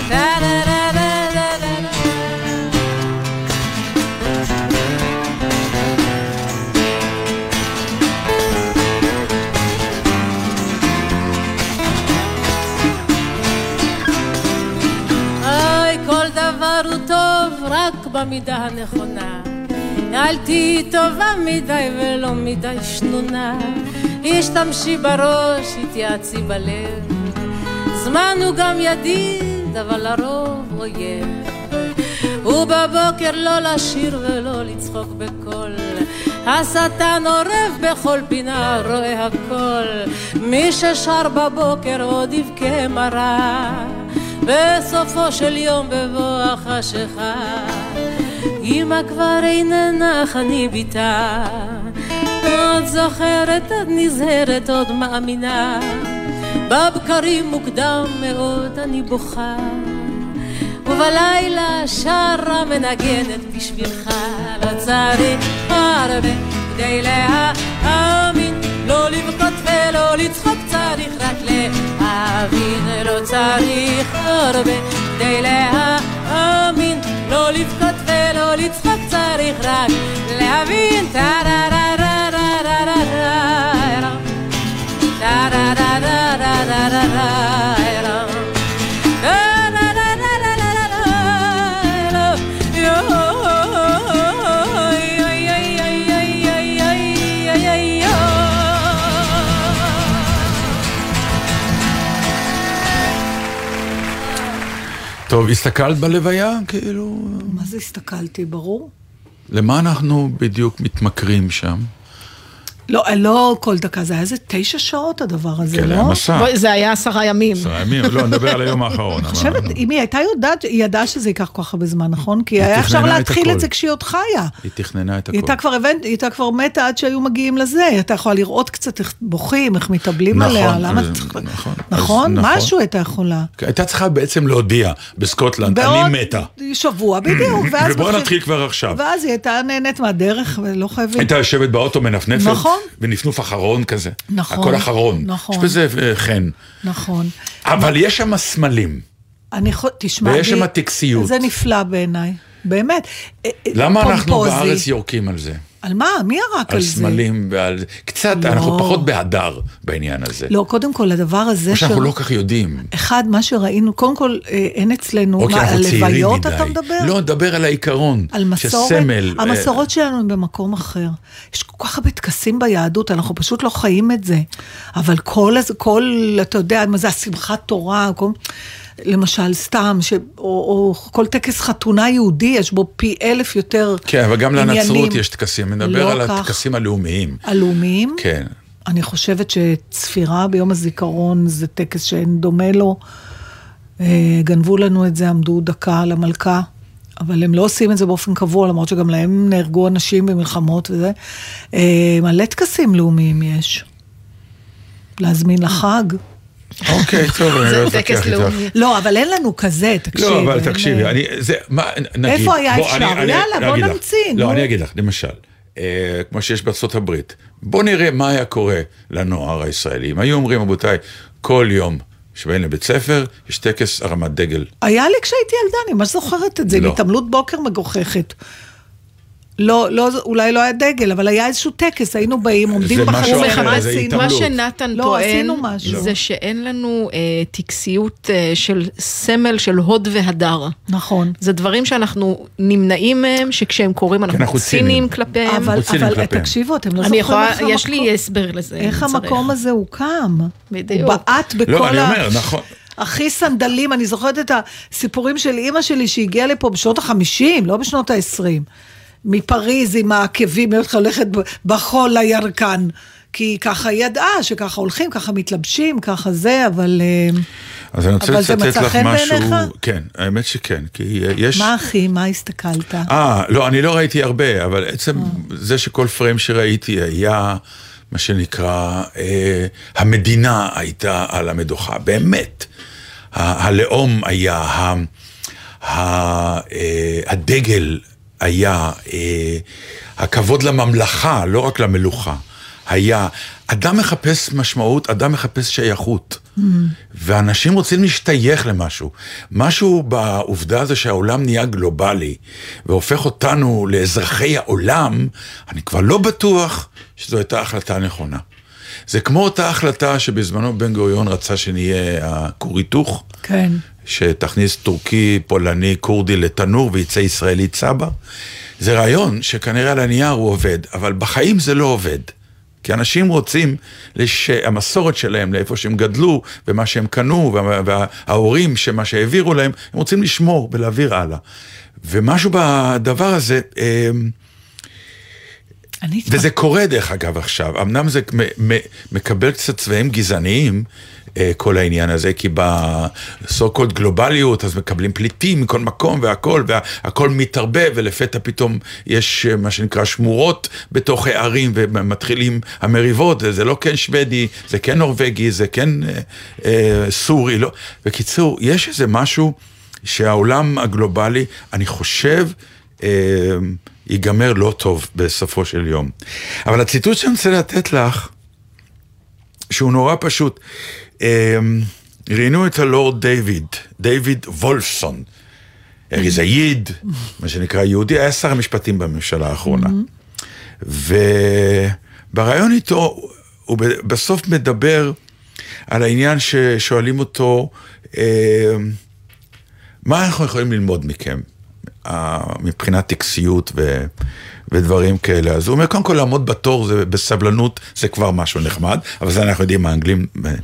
הוא טוב רק במידה הנכונה, אל תהי טובה מדי ולא מדי שנונה, השתמשי בראש, התייעצי בלב, זמן הוא גם ידיד אבל לרוב אויב, ובבוקר לא לשיר ולא לצחוק בקול, השטן עורב בכל פינה רואה הכל, מי ששר בבוקר עוד יבכה מרה, בסופו של יום בבוא החשיכה, אמא כבר איננה אני ביתה, עוד זוכרת, עוד נזהרת, עוד מאמינה, בבקרים מוקדם מאוד אני בוכה, ובלילה שרה מנגנת בשבילך. לא צריך הרבה כדי להאמין, לא לבכות ולא לצחוק, צריך רק להבין. לא צריך הרבה כדי להאמין, לא לבכות ולא לצחוק, צריך רק להבין. טוב, הסתכלת בלוויה? כאילו... מה זה הסתכלתי? ברור. למה אנחנו בדיוק מתמכרים שם? לא, לא כל דקה, זה היה איזה תשע שעות הדבר הזה, כן, לא? היה מסע. זה היה עשרה ימים. עשרה ימים, לא, נדבר על היום האחרון. אני חושבת, אם היא הייתה יודעת, היא ידעה שזה ייקח כל כך הרבה זמן, נכון? כי היה אפשר להתחיל את זה כשהיא עוד חיה. היא תכננה את הכל. היא הייתה כבר, היא הייתה כבר מתה עד שהיו מגיעים לזה, היא הייתה יכולה לראות קצת איך בוכים, איך מתאבלים עליה. נכון, נכון. נכון? משהו הייתה יכולה. הייתה צריכה בעצם להודיע בסקוטלנד, אני מתה. שבוע בדיוק. ובואו נתחיל כבר עכשיו. ואז היא הייתה נהנית מהדרך, ולא חייבים. הייתה יושבת באוטו מנפנפת, ונפנוף אחרון כזה. נכון. הכל אחרון. נכון. יש בזה חן. נכון. אבל יש שם סמלים. אני חו... תשמע, ויש שם טקסיות. זה נפלא בעיניי. באמת. למה אנחנו בארץ יורקים על זה? על מה? מי ירק על זה? על סמלים ועל... קצת, לא. אנחנו פחות בהדר בעניין הזה. לא, קודם כל, הדבר הזה... או שאנחנו לא כך יודעים. אחד, מה שראינו, קודם כל, אין אצלנו... אוקיי, אנחנו צעירים מדי. אתה מדבר? לא, נדבר על העיקרון. על מסורת. שסמל... המסורות שלנו הם במקום אחר. יש כל כך הרבה טקסים ביהדות, אנחנו פשוט לא חיים את זה. אבל כל, כל אתה יודע, מה זה השמחת תורה, כל... למשל סתם, ש... או, או כל טקס חתונה יהודי, יש בו פי אלף יותר כן, אבל גם עניינים. לנצרות יש טקסים, מדבר לא על כך. הטקסים הלאומיים. הלאומיים? כן. אני חושבת שצפירה ביום הזיכרון זה טקס שאין דומה לו. גנבו לנו את זה, עמדו דקה על המלכה, אבל הם לא עושים את זה באופן קבוע, למרות שגם להם נהרגו אנשים במלחמות וזה. מלא טקסים לאומיים יש. להזמין לחג. אוקיי, טוב, אני לא אתווכח איתך. לא, אבל אין לנו כזה, תקשיב. לא, אבל תקשיבי, אני, זה, מה, נגיד. איפה היה אפשר? יאללה, בוא נמציא. לא, אני אגיד לך, למשל, כמו שיש בארצות הברית, בוא נראה מה היה קורה לנוער הישראלי. היו אומרים, רבותיי, כל יום שבאים לבית ספר, יש טקס הרמת דגל. היה לי כשהייתי ילדה, אני ממש זוכרת את זה, לא. מתעמלות בוקר מגוחכת. לא, לא, אולי לא היה דגל, אבל היה איזשהו טקס, היינו באים, עומדים בחצר. מה שנתן טוען, זה שאין לנו טקסיות של סמל של הוד והדר. נכון. זה דברים שאנחנו נמנעים מהם, שכשהם קוראים אנחנו ציניים כלפיהם. אבל תקשיבו, אתם לא זוכרים איך המקום... יש לי הסבר לזה. איך המקום הזה הוקם. בדיוק. הוא בעט בכל ה... לא, אני אומר, נכון. הכי סנדלים, אני זוכרת את הסיפורים של אמא שלי שהגיעה לפה בשנות ה-חמישים, לא בשנות ה-עשרים. מפריז עם העקבים, היא הולכת בחול לירקן, כי ככה ידעה שככה הולכים, ככה מתלבשים, ככה זה, אבל... אז אני רוצה לצטט לך משהו... בעיניך? כן, האמת שכן, כי יש... מה אחי, מה הסתכלת? אה, לא, אני לא ראיתי הרבה, אבל עצם זה שכל פריים שראיתי היה... מה שנקרא, אה, המדינה הייתה על המדוכה, באמת. ה- הלאום היה, ה- ה- אה, הדגל היה, אה, הכבוד לממלכה, לא רק למלוכה, היה, אדם מחפש משמעות, אדם מחפש שייכות, mm. ואנשים רוצים להשתייך למשהו. משהו בעובדה הזה שהעולם נהיה גלובלי, והופך אותנו לאזרחי העולם, אני כבר לא בטוח שזו הייתה החלטה נכונה. זה כמו אותה החלטה שבזמנו בן גוריון רצה שנהיה הכור היתוך, כן. שתכניס טורקי, פולני, קורדי לתנור ויצא ישראלי צבר. זה רעיון שכנראה על הנייר הוא עובד, אבל בחיים זה לא עובד. כי אנשים רוצים שהמסורת שלהם, לאיפה שהם גדלו, ומה שהם קנו, וההורים, שמה שהעבירו להם, הם רוצים לשמור ולהעביר הלאה. ומשהו בדבר הזה, וזה קורה דרך אגב עכשיו, אמנם זה מקבל קצת צבעים גזעניים, כל העניין הזה, כי בסו-קולד גלובליות, אז מקבלים פליטים מכל מקום והכל, והכל מתערבב, ולפתע פתאום יש מה שנקרא שמורות בתוך הערים, ומתחילים המריבות, זה לא כן שוודי, זה כן נורווגי, זה כן אה, סורי, לא. בקיצור, יש איזה משהו שהעולם הגלובלי, אני חושב, אה, ייגמר לא טוב בסופו של יום. אבל הציטוט שאני רוצה לתת לך, שהוא נורא פשוט, ראינו את הלורד דיוויד, דיוויד וולפסון, אריזאיד, מה שנקרא יהודי, היה שר המשפטים בממשלה האחרונה. וברעיון איתו, הוא בסוף מדבר על העניין ששואלים אותו, מה אנחנו יכולים ללמוד מכם, מבחינת טקסיות ו... ודברים כאלה. אז הוא אומר, קודם כל לעמוד בתור, זה בסבלנות, זה כבר משהו נחמד, אבל זה אנחנו יודעים, האנגלים...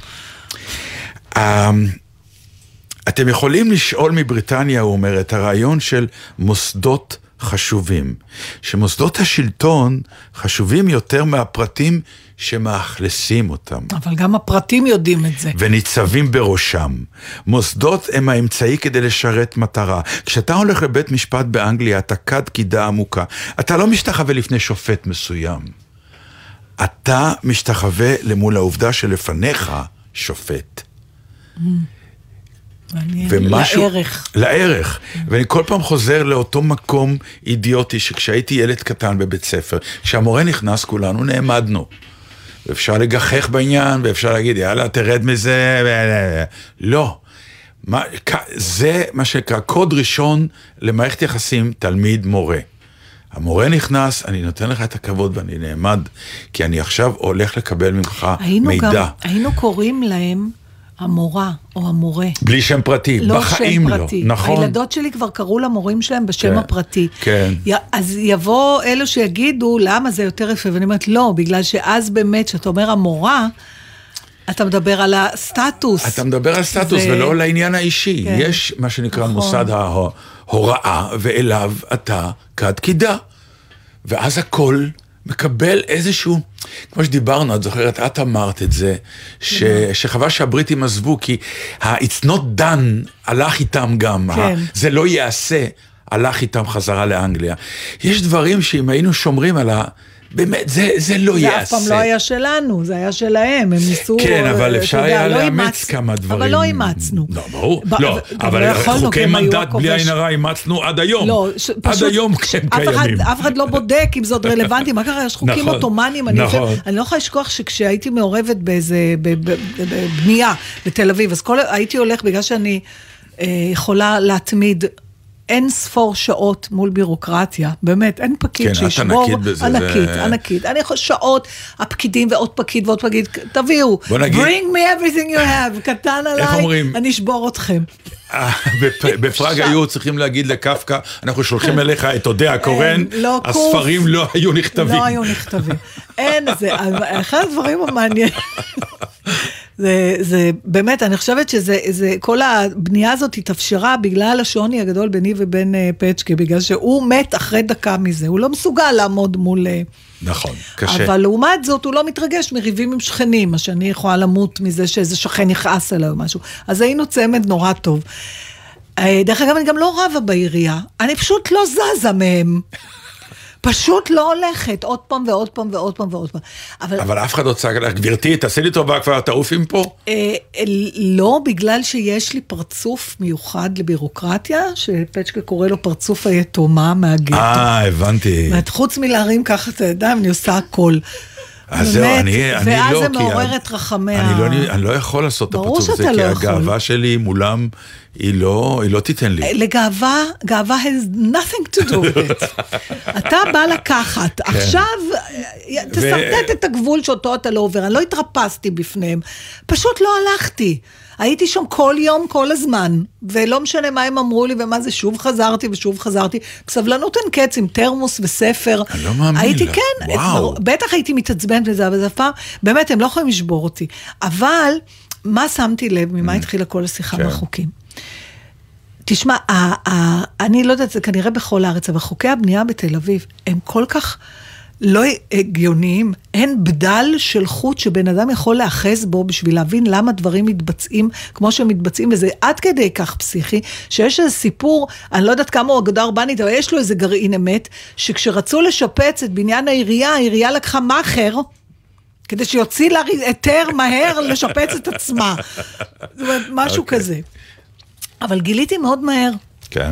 אתם יכולים לשאול מבריטניה, הוא אומר, את הרעיון של מוסדות חשובים, שמוסדות השלטון חשובים יותר מהפרטים שמאכלסים אותם. אבל גם הפרטים יודעים את זה. וניצבים בראשם. מוסדות הם האמצעי כדי לשרת מטרה. כשאתה הולך לבית משפט באנגליה, אתה קד קידה עמוקה. אתה לא משתחווה לפני שופט מסוים. אתה משתחווה למול העובדה שלפניך שופט. ומשהו, לערך. לערך. ואני כל פעם חוזר לאותו מקום אידיוטי, שכשהייתי ילד קטן בבית ספר, כשהמורה נכנס כולנו נעמדנו. ואפשר לגחך בעניין, ואפשר להגיד, יאללה, תרד מזה. לא. מה, זה מה שנקרא, קוד ראשון למערכת יחסים תלמיד מורה. המורה נכנס, אני נותן לך את הכבוד ואני נעמד, כי אני עכשיו הולך לקבל ממך היינו מידע. גם, היינו קוראים להם המורה או המורה. בלי שם פרטי, לא בחיים שם פרטי. לא, נכון. הילדות שלי כבר קראו למורים שלהם בשם כן, הפרטי. כן. אז יבוא אלו שיגידו, למה זה יותר יפה? ואני אומרת, לא, בגלל שאז באמת, שאתה אומר המורה, אתה מדבר על הסטטוס. אתה מדבר על סטטוס זה... ולא על העניין האישי. כן. יש מה שנקרא נכון. מוסד ההוראה, ואליו אתה כד קידה. ואז הכל מקבל איזשהו, כמו שדיברנו, את זוכרת, את אמרת את זה, ש, שחבל שהבריטים עזבו, כי ה-it's not done הלך איתם גם, כן. ה- זה לא יעשה, הלך איתם חזרה לאנגליה. יש דברים שאם היינו שומרים על ה... באמת, זה, זה לא זה יעשה. זה אף פעם לא היה שלנו, זה היה שלהם, הם ניסו... כן, אבל אפשר היה לא לאמץ אימצ... כמה דברים. אבל לא אימצנו. לא, ברור. ב... לא, אבל לא יכולנו, חוקי מנדט בלי עין הרע אימצנו עד היום. לא, ש... עד פשוט, היום הם קיימים. אף אחד לא בודק אם זה עוד רלוונטי, מה קרה? יש חוקים נכון, אוטומניים, אני, נכון. חושב, אני לא יכולה לשכוח שכשהייתי מעורבת באיזה, בבנייה בתל אביב, אז כל, הייתי הולך בגלל שאני אה, יכולה להתמיד אין ספור שעות מול בירוקרטיה, באמת, אין פקיד כן, שישבור. את ענקית בזה. ענקית, זה... ענקית. אני חושב שעות, הפקידים ועוד פקיד ועוד פקיד, תביאו, נגיד... bring me everything you have, קטן עליי, אומרים? אני אשבור אתכם. בפראג היו צריכים להגיד לקפקא, אנחנו שולחים אליך את אודיה הקורן, הספרים לא היו נכתבים. לא היו נכתבים. אין, זה אחד הדברים המעניינים. זה, זה באמת, אני חושבת שזה, זה, כל הבנייה הזאת התאפשרה בגלל השוני הגדול ביני ובין uh, פצ'קה, בגלל שהוא מת אחרי דקה מזה, הוא לא מסוגל לעמוד מול... נכון, קשה. אבל לעומת זאת, הוא לא מתרגש מריבים עם שכנים, מה שאני יכולה למות מזה שאיזה שכן יכעס עליו או משהו. אז היינו צמד נורא טוב. דרך אגב, אני גם לא רבה בעירייה, אני פשוט לא זזה מהם. פשוט לא הולכת, עוד פעם ועוד פעם ועוד פעם ועוד פעם. אבל, אבל אף אחד לא צעק עליך, גברתי, תעשי לי טובה כבר, תעופים פה? אה, לא, בגלל שיש לי פרצוף מיוחד לבירוקרטיה, שפצ'קה קורא לו פרצוף היתומה מהגטו. אה, הבנתי. חוץ מלהרים ככה את הידיים, אני עושה הכל. אז זהו, אני, אני ואז לא, זה מעורר את רחמי אני, לא, אני לא יכול לעשות את הפרצוף הזה, לא כי יכול. הגאווה שלי מולם, היא לא, היא לא תיתן לי. לגאווה, גאווה has nothing to do with it. אתה בא לקחת, כן. עכשיו, תסרטט ו... את הגבול שאותו אתה לא עובר, אני לא התרפסתי בפניהם, פשוט לא הלכתי. הייתי שם כל יום, כל הזמן, ולא משנה מה הם אמרו לי ומה זה, שוב חזרתי ושוב חזרתי, בסבלנות אין קץ עם תרמוס וספר. אני לא מאמין הייתי, לה. כן, וואו. בטח הייתי מתעצבנת וזה, אבל זה פעם, באמת, הם לא יכולים לשבור אותי. אבל, מה שמתי לב, ממה התחילה כל השיחה מהחוקים? תשמע, אני לא יודעת, זה כנראה בכל הארץ, אבל חוקי הבנייה בתל אביב, הם כל כך... לא הגיוניים, אין בדל של חוט שבן אדם יכול לאחז בו בשביל להבין למה דברים מתבצעים כמו שהם מתבצעים, וזה עד כדי כך פסיכי, שיש איזה סיפור, אני לא יודעת כמה הוא אגדה אורבנית, אבל יש לו איזה גרעין אמת, שכשרצו לשפץ את בניין העירייה, העירייה לקחה מאחר, כדי שיוציא לה היתר מהר לשפץ את עצמה. זאת אומרת, משהו okay. כזה. אבל גיליתי מאוד מהר. כן.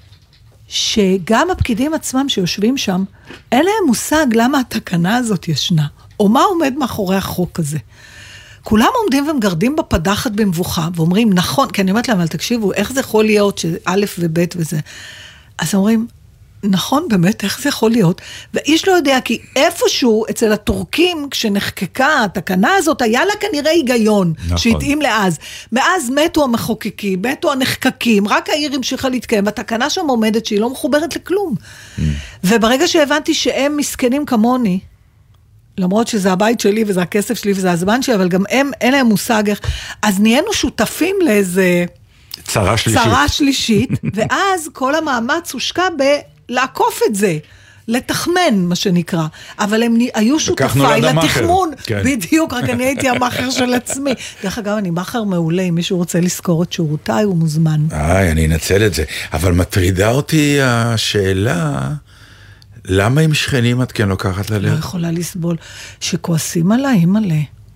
שגם הפקידים עצמם שיושבים שם, אין להם מושג למה התקנה הזאת ישנה, או מה עומד מאחורי החוק הזה. כולם עומדים ומגרדים בפדחת במבוכה, ואומרים, נכון, כי אני אומרת להם, אבל תקשיבו, איך זה יכול להיות שזה א' וב' וזה. אז אומרים, נכון, באמת, איך זה יכול להיות? ואיש לא יודע, כי איפשהו אצל הטורקים, כשנחקקה התקנה הזאת, היה לה כנראה היגיון, נכון. שהתאים לאז. מאז מתו המחוקקים, מתו הנחקקים, רק העיר המשיכה להתקיים, התקנה שם עומדת שהיא לא מחוברת לכלום. Mm. וברגע שהבנתי שהם מסכנים כמוני, למרות שזה הבית שלי וזה הכסף שלי וזה הזמן שלי, אבל גם הם, אין להם מושג איך, אז נהיינו שותפים לאיזה... צרה שלישית. צרה שלישית, ואז כל המאמץ הושקע ב... לעקוף את זה, לתחמן, מה שנקרא. אבל הם היו שותפיי לתחמון. כן. בדיוק, רק אני הייתי המאחר של עצמי. דרך אגב, אני מאחר מעולה, אם מישהו רוצה לזכור את שירותיי, הוא מוזמן. איי, אני אנצל את זה. אבל מטרידה אותי השאלה, למה עם שכנים את כן לוקחת ללב? לא יכולה לסבול. שכועסים עליי, מלא.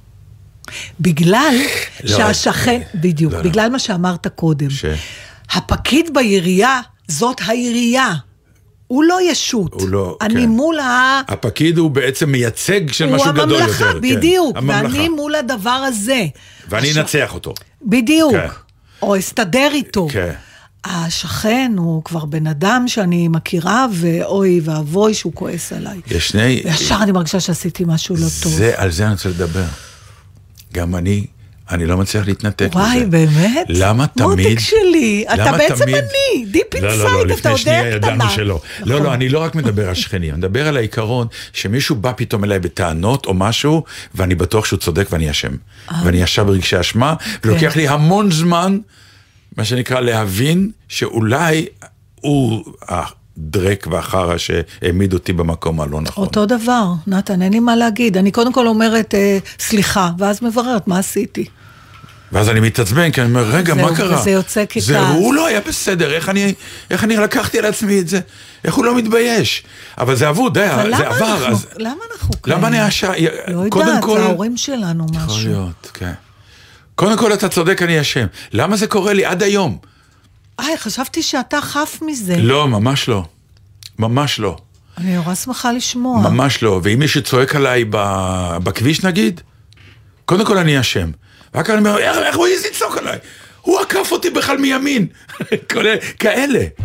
בגלל לא, שהשכן, בדיוק, לא, בגלל לא. מה שאמרת קודם. ש... הפקיד בעירייה, זאת העירייה. הוא לא ישות. הוא לא, אני כן. מול ה... הפקיד הוא בעצם מייצג של משהו גדול יותר. הוא הממלכה, בדיוק. כן. ואני מול הדבר הזה. ואני אנצח אותו. בדיוק. כן. או אסתדר איתו. כן. השכן הוא כבר בן אדם שאני מכירה, ואוי ואבוי שהוא כועס עליי. יש שני... וישר אני מרגישה שעשיתי משהו לא טוב. זה, על זה אני רוצה לדבר. גם אני... אני לא מצליח להתנתק לזה. וואי, באמת? למה תמיד... מותק שלי, אתה בעצם תמיד... אני, דיפ אינסייד, לא, לא, לא, אתה יודע קטנה. שלא. נכון. לא, לא, אני לא רק מדבר על שכנים, אני מדבר על העיקרון שמישהו בא פתאום אליי בטענות או משהו, ואני בטוח שהוא צודק ואני אשם. ואני ישב ברגשי אשמה, ולוקח לי המון זמן, מה שנקרא להבין, שאולי הוא... דרק ואחרה שהעמיד אותי במקום הלא נכון. אותו דבר, נתן, אין לי מה להגיד. אני קודם כל אומרת, אה, סליחה, ואז מבררת מה עשיתי. ואז אני מתעצבן, כי אני אומר, רגע, מה קרה? וזה יוצא ככעס. זה, הוא לא היה בסדר, איך אני, איך אני לקחתי על עצמי את זה? איך הוא לא מתבייש? אבל זה עבוד, די, זה עבר. אנחנו, אז, למה אנחנו כאלה? למה נעשה? לא יודעת, זה ההורים שלנו משהו. יכול להיות, כן. קודם כל אתה צודק, אני אשם. למה זה קורה לי עד היום? איי, חשבתי שאתה חף מזה. לא, ממש לא. ממש לא. אני נורא שמחה לשמוע. ממש לא. ואם מישהו צועק עליי בכביש נגיד, קודם כל אני אשם. רק אני אומר, איך הוא יזיד צועק עליי? הוא עקף אותי בכלל מימין. כאלה.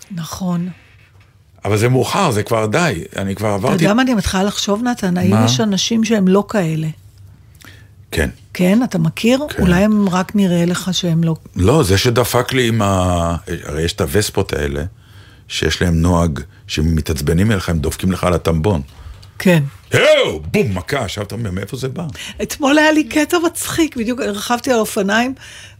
נכון. אבל זה מאוחר, זה כבר די, אני כבר עברתי... אתה יודע מה אני מתחילה לחשוב, נתן? האם יש אנשים שהם לא כאלה? כן. כן, אתה מכיר? כן. אולי הם רק נראה לך שהם לא... לא, זה שדפק לי עם ה... הרי יש את הווספות האלה, שיש להם נוהג, שמתעצבנים אליך, הם דופקים לך על הטמבון. כן. היו, בום, מכה, עכשיו אתה אומר, מאיפה זה בא? אתמול היה לי קטע מצחיק, בדיוק רכבתי על אופניים,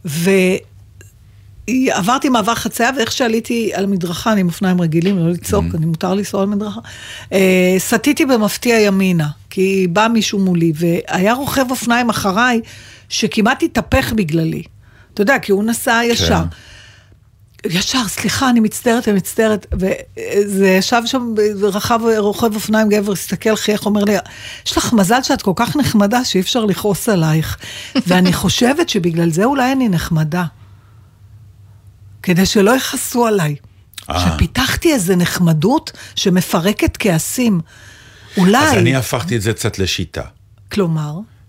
ועברתי מעבר חצייה, ואיך שעליתי על מדרכה, אני עם אופניים רגילים, לא לצעוק, אני מותר לנסוע על מדרכה, סטיתי במפתיע ימינה, כי בא מישהו מולי, והיה רוכב אופניים אחריי, שכמעט התהפך בגללי. אתה יודע, כי הוא נסע ישר. ישר, סליחה, אני מצטערת, אני מצטערת, וזה ישב שם רחב רוכב אופניים גבר, הסתכל חייך, אומר לי, יש לך מזל שאת כל כך נחמדה, שאי אפשר לכעוס עלייך, ואני חושבת שבגלל זה אולי אני נחמדה, כדי שלא יחסו עליי, שפיתחתי איזו נחמדות, שמפרקת כעסים, אולי... אז אני הפכתי את זה קצת לשיטה. כלומר?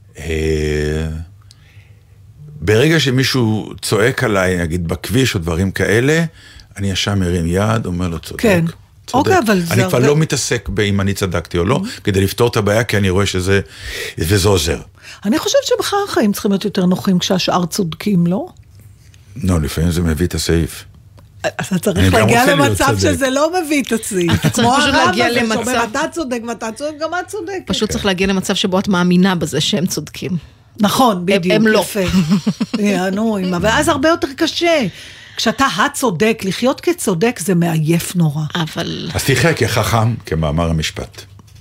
ברגע שמישהו צועק עליי, נגיד בכביש או דברים כאלה, אני ישר מרים יד, אומר לו צודק. כן. צודק. אוקיי, אבל אני זה כבר הרבה... לא מתעסק באם אני צדקתי או לא, כדי לפתור את הבעיה, כי אני רואה שזה, וזה עוזר. אני חושבת שבכלל החיים צריכים להיות יותר נוחים, כשהשאר צודקים, לא? לא, לפעמים זה מביא את הסעיף. אז אתה צריך להגיע למצב שזה לא מביא את הסעיף. אתה צריך פשוט להגיע למצב... שאומר, אתה צודק ואתה צודק, גם את צודק. פשוט צריך להגיע למצב שבו את מאמינה בזה שהם צודקים. נכון, בדיוק. הם לא. נו, ואז הרבה יותר קשה. כשאתה הצודק, לחיות כצודק זה מעייף נורא. אבל... אז תחיה כחכם, כמאמר המשפט.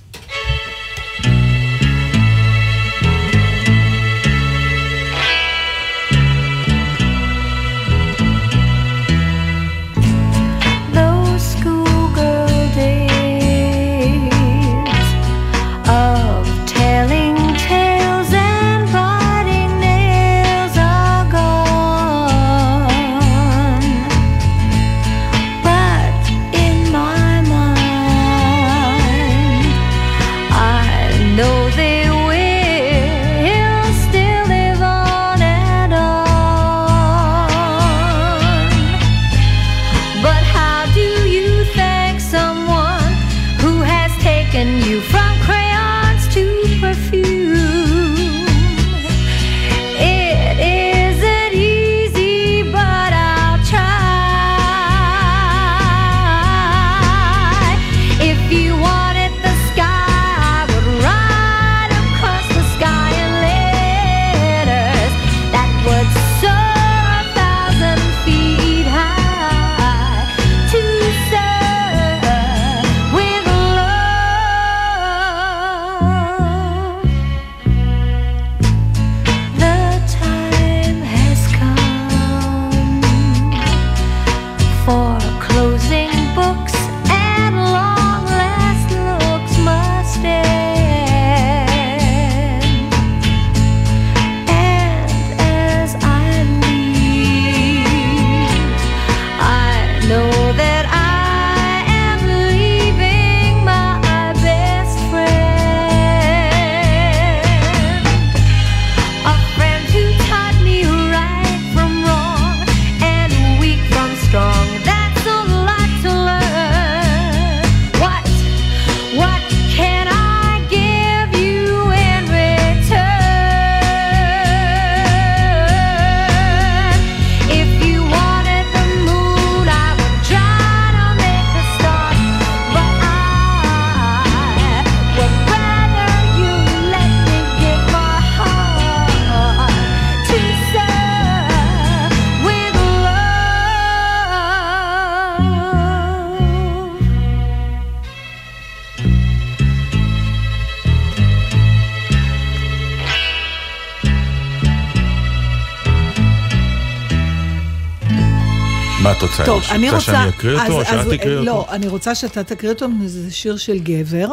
מה התוצאה? טוב, אני רוצה... שאני אקריא אותו או שאת תקריא אותו? לא, אני רוצה שאתה תקריא אותו, זה שיר של גבר,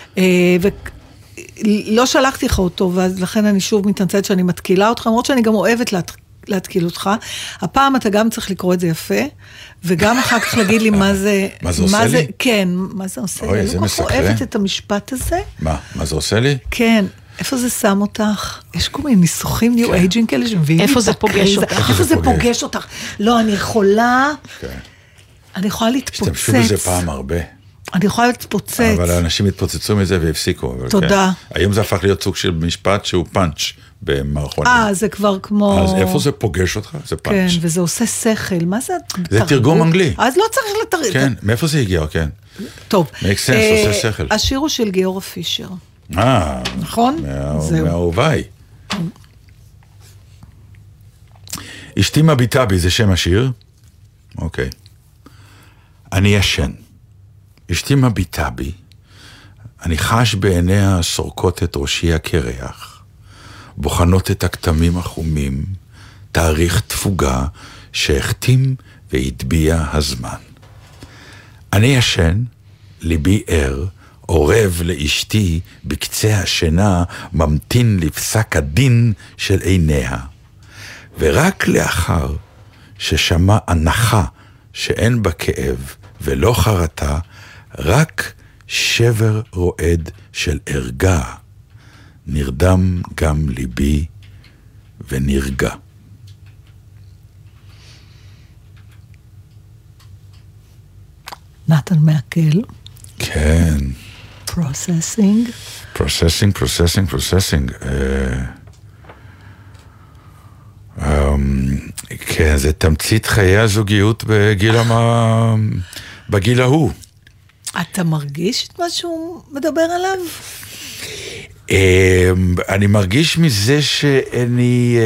ולא שלחתי לך אותו, ולכן אני שוב מתנצלת שאני מתקילה אותך, למרות שאני גם אוהבת להתקיל אותך. הפעם אתה גם צריך לקרוא את זה יפה, וגם אחר כך להגיד לי מה זה... מה זה עושה לי? כן, מה זה עושה לי? אוי, זה מסקרן. אני לא אוהבת את המשפט הזה. מה? מה זה עושה לי? כן. איפה זה שם אותך? יש כל מיני ניסוחים ניו אייג'ינג כאלה שמביאים איפה זה פוגש אותך? איפה זה פוגש אותך? לא, אני יכולה... אני יכולה להתפוצץ. השתמשו בזה פעם הרבה. אני יכולה להתפוצץ. אבל האנשים התפוצצו מזה והפסיקו. תודה. כן. היום זה הפך להיות סוג של משפט שהוא פאנץ' במערכון. אה, זה כבר כמו... אז איפה זה פוגש אותך? זה פאנץ'. כן, וזה עושה שכל. מה זה? זה תרגום אנגלי. אז לא צריך לתרגם. כן, מאיפה זה הגיע, כן. טוב. make sense, עושה שכל. השיר הוא של גיורא פישר. אה. נכון? מהאהוביי. אשתי מביטה בי, זה שם השיר? אוקיי. אני ישן. אשתי מביטה בי, אני חש בעיניה סורקות את ראשי הקרח, בוחנות את הכתמים החומים, תאריך תפוגה שהחתים והטביע הזמן. אני ישן, ליבי ער, עורב לאשתי בקצה השינה, ממתין לפסק הדין של עיניה. ורק לאחר ששמע הנחה שאין בה כאב ולא חרטה, רק שבר רועד של ערגה, נרדם גם ליבי ונרגע. נתן מעכל. כן. פרוססינג. פרוססינג, פרוססינג, פרוססינג. כן, זה תמצית חיי הזוגיות בגיל המה... בגיל ההוא. אתה מרגיש את מה שהוא מדבר עליו? אני מרגיש מזה שאני...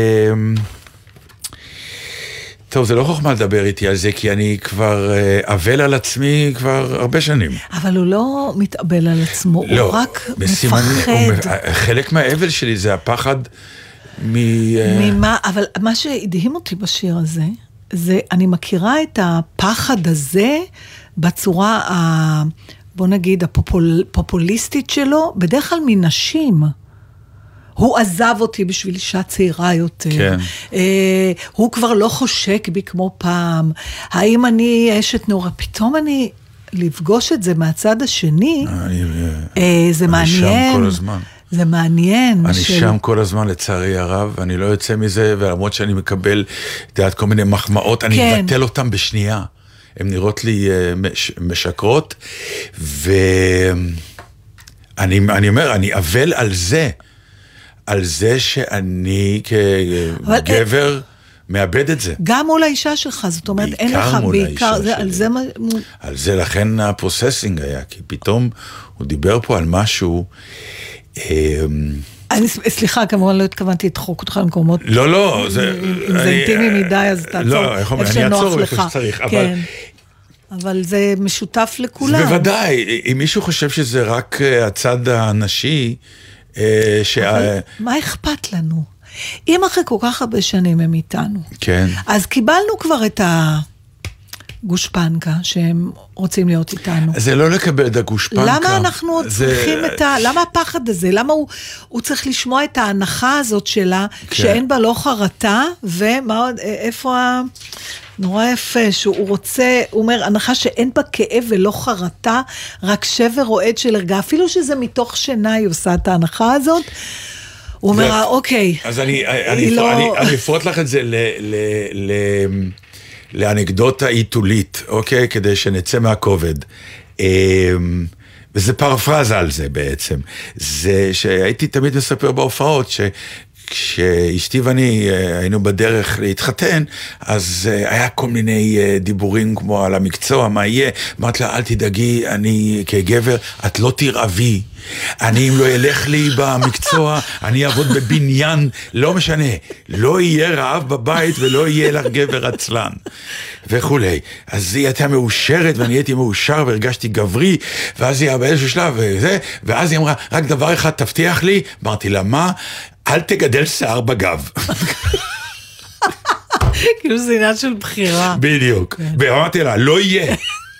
טוב, זה לא חוכמה לדבר איתי על זה, כי אני כבר אבל על עצמי כבר הרבה שנים. אבל הוא לא מתאבל על עצמו, לא, הוא רק בסימן, מפחד. הוא, חלק מהאבל שלי זה הפחד מ... ממה, אבל מה שהדהים אותי בשיר הזה, זה אני מכירה את הפחד הזה בצורה, ה, בוא נגיד, הפופוליסטית שלו, בדרך כלל מנשים. הוא עזב אותי בשביל אישה צעירה יותר. כן. אה, הוא כבר לא חושק בי כמו פעם. האם אני אשת נורא? פתאום אני, לפגוש את זה מהצד השני, אני, אה, זה אני מעניין. שם כל הזמן. זה מעניין. אני של... שם כל הזמן לצערי הרב, אני לא יוצא מזה, ולמרות שאני מקבל, דעת כל מיני מחמאות, אני כן. מבטל אותם בשנייה. הן נראות לי uh, מש, משקרות, ואני אני אומר, אני אבל על זה, על זה שאני כגבר אבל... מאבד את זה. גם מול האישה שלך, זאת אומרת, אין לך בעיקר, זה, על זה... על זה, לכן הפרוססינג היה, כי פתאום הוא דיבר פה על משהו... אני, סליחה, כמובן לא התכוונתי לדחוק אותך למקומות. לא, לא. אם זה אינטימי מדי, אז תעצור איפה שנוח לך. כן. אבל זה משותף לכולם. בוודאי, אם מישהו חושב שזה רק הצד הנשי, מה אכפת לנו? אם אחרי כל כך הרבה שנים הם איתנו, כן. אז קיבלנו כבר את הגושפנקה שהם רוצים להיות איתנו. זה לא לקבל את הגושפנקה. למה אנחנו צריכים את ה... למה הפחד הזה? למה הוא, הוא צריך לשמוע את ההנחה הזאת שלה, כן. שאין בה לא חרטה, ומה עוד, איפה ה... נורא יפה, שהוא רוצה, הוא אומר, הנחה שאין בה כאב ולא חרטה, רק שבר רועד של הרגע, אפילו שזה מתוך שינה היא עושה את ההנחה הזאת, הוא אומר, אוקיי. אז אני אפרוט לך את זה לאנקדוטה עיתולית, אוקיי? כדי שנצא מהכובד. וזה פרפרזה על זה בעצם. זה שהייתי תמיד מספר בהופעות, ש... כשאשתי ואני היינו בדרך להתחתן, אז היה כל מיני דיבורים כמו על המקצוע, מה יהיה? אמרת לה, אל תדאגי, אני כגבר, את לא תרעבי. אני אם לא ילך לי במקצוע, אני אעבוד בבניין, לא משנה, לא יהיה רעב בבית ולא יהיה לך גבר עצלן. וכולי. אז היא הייתה מאושרת ואני הייתי מאושר והרגשתי גברי, ואז היא היה באיזשהו שלב וזה, ואז היא אמרה, רק דבר אחד תבטיח לי, אמרתי לה, מה? אל תגדל שיער בגב. כאילו זה עניין של בחירה. בדיוק. ואמרתי לה, לא יהיה.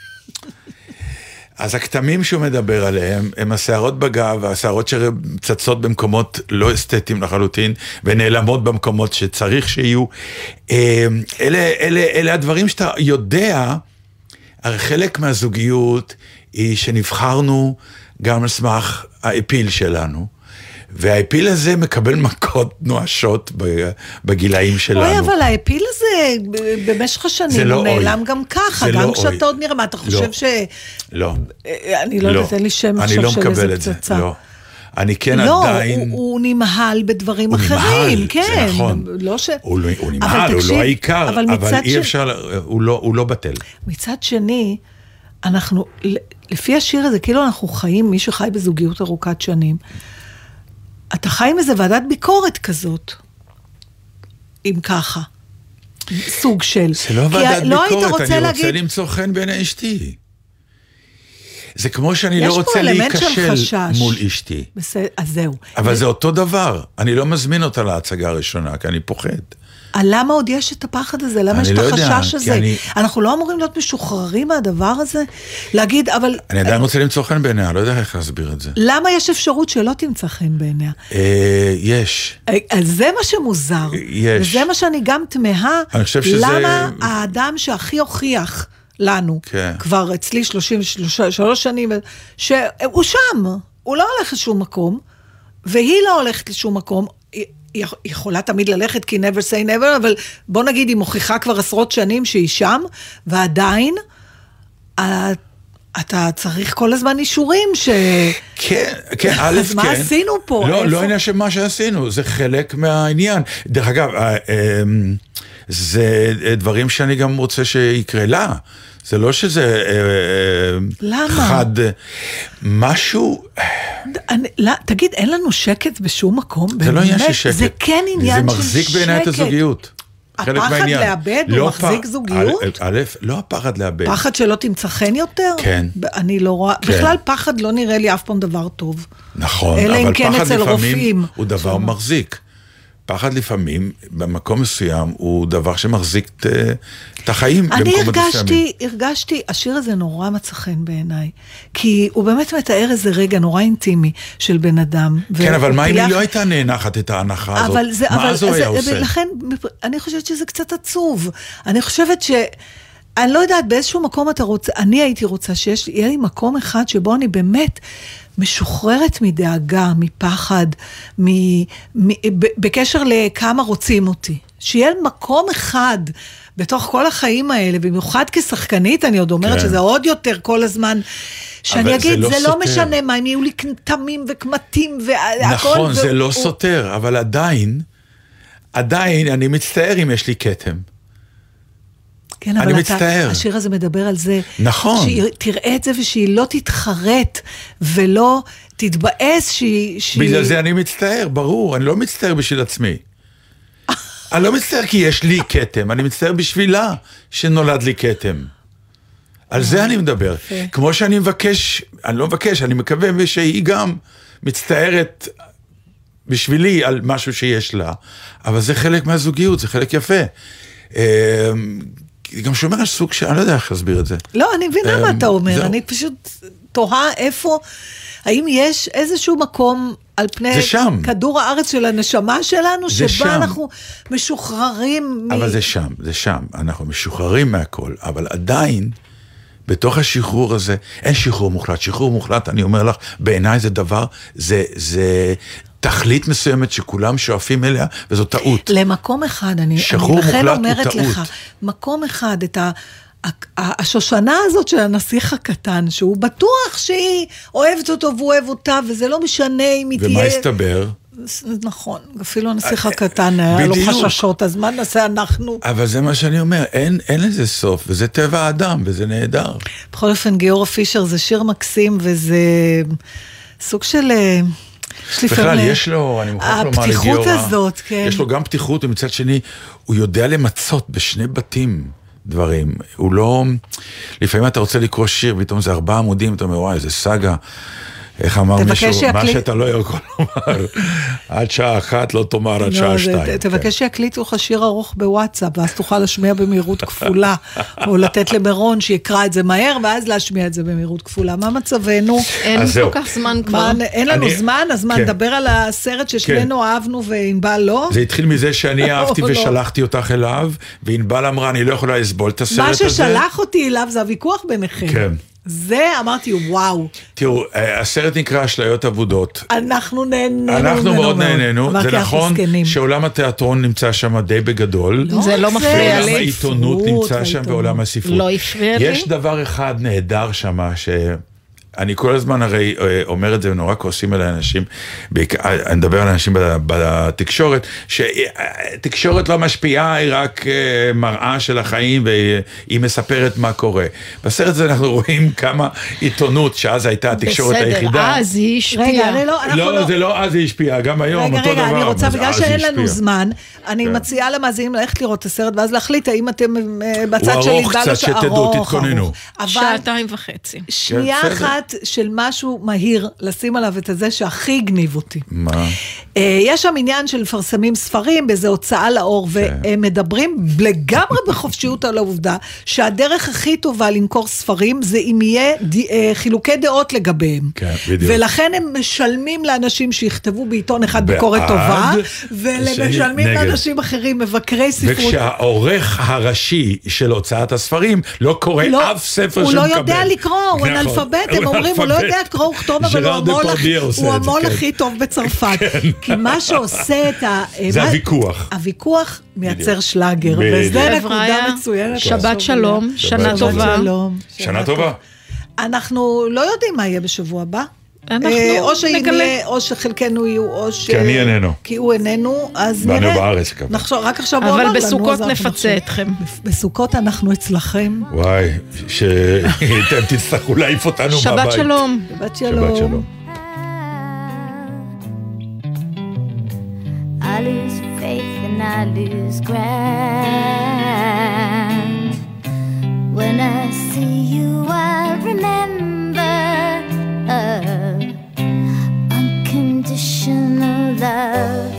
אז הכתמים שהוא מדבר עליהם, הם השערות בגב, השערות שצצות במקומות לא אסתטיים לחלוטין, ונעלמות במקומות שצריך שיהיו. אלה, אלה, אלה הדברים שאתה יודע, הרי חלק מהזוגיות היא שנבחרנו גם על סמך האפיל שלנו, והאפיל הזה מקבל מכות נואשות בגילאים שלנו. אוי, אבל האפיל הזה, במשך השנים, הוא נעלם גם ככה, גם כשאתה עוד נראה, מה אתה חושב ש... לא. אני לא יודעת, אין לי שם עכשיו של איזה פצצה. לא. אני כן לא, עדיין... הוא, הוא נמהל בדברים הוא אחרים, נמהל, כן. זה נכון. לא ש... הוא, הוא נמהל, הוא לא העיקר, אבל, אבל אי ש... אפשר, הוא לא, הוא לא בטל. מצד שני, אנחנו, לפי השיר הזה, כאילו אנחנו חיים, מי שחי בזוגיות ארוכת שנים, אתה חי עם איזה ועדת ביקורת כזאת, אם ככה. סוג של... זה לא ועדת לא ביקורת, אני להגיד... רוצה למצוא חן בין אשתי. זה כמו שאני לא רוצה להיכשל מול אשתי. בסדר, אז זהו. אבל זה אותו דבר. אני לא מזמין אותה להצגה הראשונה, כי אני פוחד. למה עוד יש את הפחד הזה? למה יש את החשש הזה? אני... אנחנו לא אמורים להיות משוחררים מהדבר הזה? להגיד, אבל... אני עדיין רוצה למצוא חן בעיניה, לא יודע איך להסביר את זה. למה יש אפשרות שלא תמצא חן בעיניה? אה, יש. אז זה מה שמוזר. יש. וזה מה שאני גם תמהה. אני חושב שזה... למה האדם שהכי הוכיח לנו, כן. כבר אצלי שלושים ושלוש שנים, שהוא שם, הוא לא הולך לשום מקום, והיא לא הולכת לשום מקום, היא יכולה תמיד ללכת, כי never say never, אבל בוא נגיד, היא מוכיחה כבר עשרות שנים שהיא שם, ועדיין, אתה צריך כל הזמן אישורים ש... כן, כן, א', כן. אז מה עשינו פה? לא, לא עניין שמה שעשינו, זה חלק מהעניין. דרך אגב, זה דברים שאני גם רוצה שיקרה לה. זה לא שזה... למה? חד... משהו... תגיד, אין לנו שקט בשום מקום? זה לא עניין של שקט. זה כן עניין של שקט. זה מחזיק בעיני את הזוגיות. הפחד לאבד הוא מחזיק זוגיות? א', לא הפחד לאבד. פחד שלא תמצא חן יותר? כן. אני לא רואה... בכלל פחד לא נראה לי אף פעם דבר טוב. נכון, אבל פחד לפעמים הוא דבר מחזיק. פחד לפעמים, במקום מסוים, הוא דבר שמחזיק את החיים. אני הרגשתי, הרגשתי, השיר הזה נורא מצא חן בעיניי, כי הוא באמת מתאר איזה רגע נורא אינטימי של בן אדם. כן, אבל מה אם היא לא הייתה נאנחת את ההנחה הזאת? מה אז הוא היה עושה? לכן, אני חושבת שזה קצת עצוב. אני חושבת ש... אני לא יודעת, באיזשהו מקום אתה רוצה, אני הייתי רוצה שיש, יהיה לי מקום אחד שבו אני באמת משוחררת מדאגה, מפחד, מ, מ, ב, בקשר לכמה רוצים אותי. שיהיה מקום אחד בתוך כל החיים האלה, במיוחד כשחקנית, אני עוד אומרת כן. שזה עוד יותר כל הזמן, שאני אגיד, זה לא, זה לא משנה מה, אם יהיו לי כתמים וכמתים והכל. נכון, זה ו... לא הוא... סותר, אבל עדיין, עדיין אני מצטער אם יש לי כתם. כן, אבל אתה, השיר הזה מדבר על זה, נכון. שהיא תראה את זה ושהיא לא תתחרט ולא תתבאס שהיא... בגלל זה אני מצטער, ברור, אני לא מצטער בשביל עצמי. אני לא מצטער כי יש לי כתם, אני מצטער בשבילה שנולד לי כתם. על זה אני מדבר. כמו שאני מבקש, אני לא מבקש, אני מקווה שהיא גם מצטערת בשבילי על משהו שיש לה, אבל זה חלק מהזוגיות, זה חלק יפה. גם שומר על סוג ש... אני לא יודע איך להסביר את זה. לא, אני מבינה מה אתה אומר. אני פשוט תוהה איפה, האם יש איזשהו מקום על פני כדור הארץ של הנשמה שלנו, שבה אנחנו משוחררים. אבל זה שם, זה שם. אנחנו משוחררים מהכל, אבל עדיין, בתוך השחרור הזה, אין שחרור מוחלט. שחרור מוחלט, אני אומר לך, בעיניי זה דבר, זה... זה תכלית מסוימת שכולם שואפים אליה, וזו טעות. למקום אחד, אני לכן אומרת לך, מקום אחד, את השושנה הזאת של הנסיך הקטן, שהוא בטוח שהיא אוהבת אותו והוא אוהב אותה, וזה לא משנה אם היא תהיה... ומה הסתבר? נכון, אפילו הנסיך הקטן היה לו חששות, אז מה נעשה אנחנו? אבל זה מה שאני אומר, אין לזה סוף, וזה טבע האדם, וזה נהדר. בכל אופן, גיורא פישר זה שיר מקסים, וזה סוג של... בכלל, יש לו, אני מוכרח לומר לגיורא, הפתיחות הזאת, כן. יש לו גם פתיחות, ומצד שני, הוא יודע למצות בשני בתים דברים. הוא לא, לפעמים אתה רוצה לקרוא שיר, פתאום זה ארבעה עמודים, אתה אומר, וואי, זה סגה. איך אמר מישהו, מה שאתה לא יכול לומר, עד שעה אחת לא תאמר עד שעה שתיים. תבקש שיקליטו לך שיר ארוך בוואטסאפ, ואז תוכל להשמיע במהירות כפולה, או לתת למרון שיקרא את זה מהר, ואז להשמיע את זה במהירות כפולה. מה מצבנו? אין כל כך זמן כבר. אין לנו זמן, אז מה, נדבר על הסרט ששנינו אהבנו וענבל לא? זה התחיל מזה שאני אהבתי ושלחתי אותך אליו, וענבל אמרה, אני לא יכולה לסבול את הסרט הזה. מה ששלח אותי אליו זה הוויכוח ביניכם. כן. זה אמרתי, וואו. תראו, הסרט נקרא אשליות אבודות. אנחנו נהנינו. אנחנו מאוד נהנינו. זה נכון שעולם התיאטרון נמצא שם די בגדול. זה לא מפריע לי. עולם העיתונות נמצא שם בעולם הספרות. לא הפריע לי. יש דבר אחד נהדר שם, ש... אני כל הזמן הרי אומר את זה, ונורא כועסים על האנשים, אני מדבר על אנשים בתקשורת, שתקשורת לא משפיעה, היא רק מראה של החיים, והיא מספרת מה קורה. בסרט הזה אנחנו רואים כמה עיתונות, שאז הייתה התקשורת היחידה. בסדר, אז היא השפיעה. רגע, לא, לא, זה לא אז היא השפיעה, גם היום, אותו דבר. רגע, אני רוצה, בגלל שאין לנו זמן, אני מציעה למאזינים ללכת לראות את הסרט, ואז להחליט האם אתם בצד של הוא ארוך קצת, שתדעו, תתכוננו. שעתיים וחצי. שנייה אחת של משהו מהיר, לשים עליו את הזה שהכי הגניב אותי. מה? יש שם עניין של מפרסמים ספרים, באיזו הוצאה לאור, והם מדברים לגמרי בחופשיות על העובדה, שהדרך הכי טובה לנקור ספרים, זה אם יהיה חילוקי דעות לגביהם. כן, בדיוק. ולכן הם משלמים לאנשים שיכתבו בעיתון אחד ביקורת טובה, ומשלמים לאנשים אחרים, מבקרי ספרות. וכשהעורך הראשי של הוצאת הספרים, לא קורא אף ספר שמקבל. הוא לא יודע לקרוא, הוא אנאלפבית, הם אומרים, הוא לא יודע קרוא וכתוב, אבל הוא המול הכי טוב בצרפת. כי מה שעושה את ה... זה הוויכוח. הוויכוח מייצר שלאגר, וזה נקודה מצוינת. שבת שלום, שנה טובה. שנה טובה. אנחנו לא יודעים מה יהיה בשבוע הבא. או שנגלה, או שחלקנו יהיו, או ש... כי אני איננו. כי הוא איננו, אז נראה. ואני בארץ כמה. רק עכשיו הוא אמר לנו. אבל בסוכות נפצה אתכם. בסוכות אנחנו אצלכם. וואי, שאתם תצטרכו להעיף אותנו מהבית. שבת שלום. שבת שלום. I lose faith and I lose ground. When I see you I remember unconditional love.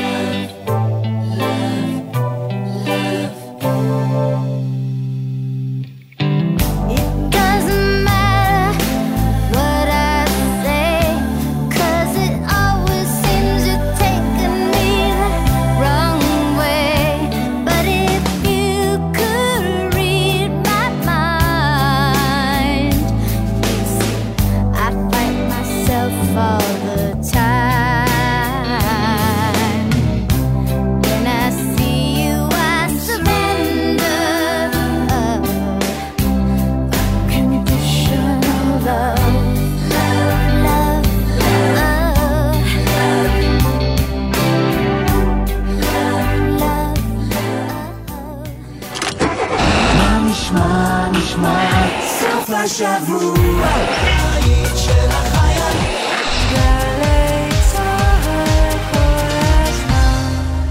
השבוע בית של החיילים גלי צהל כל הזמן.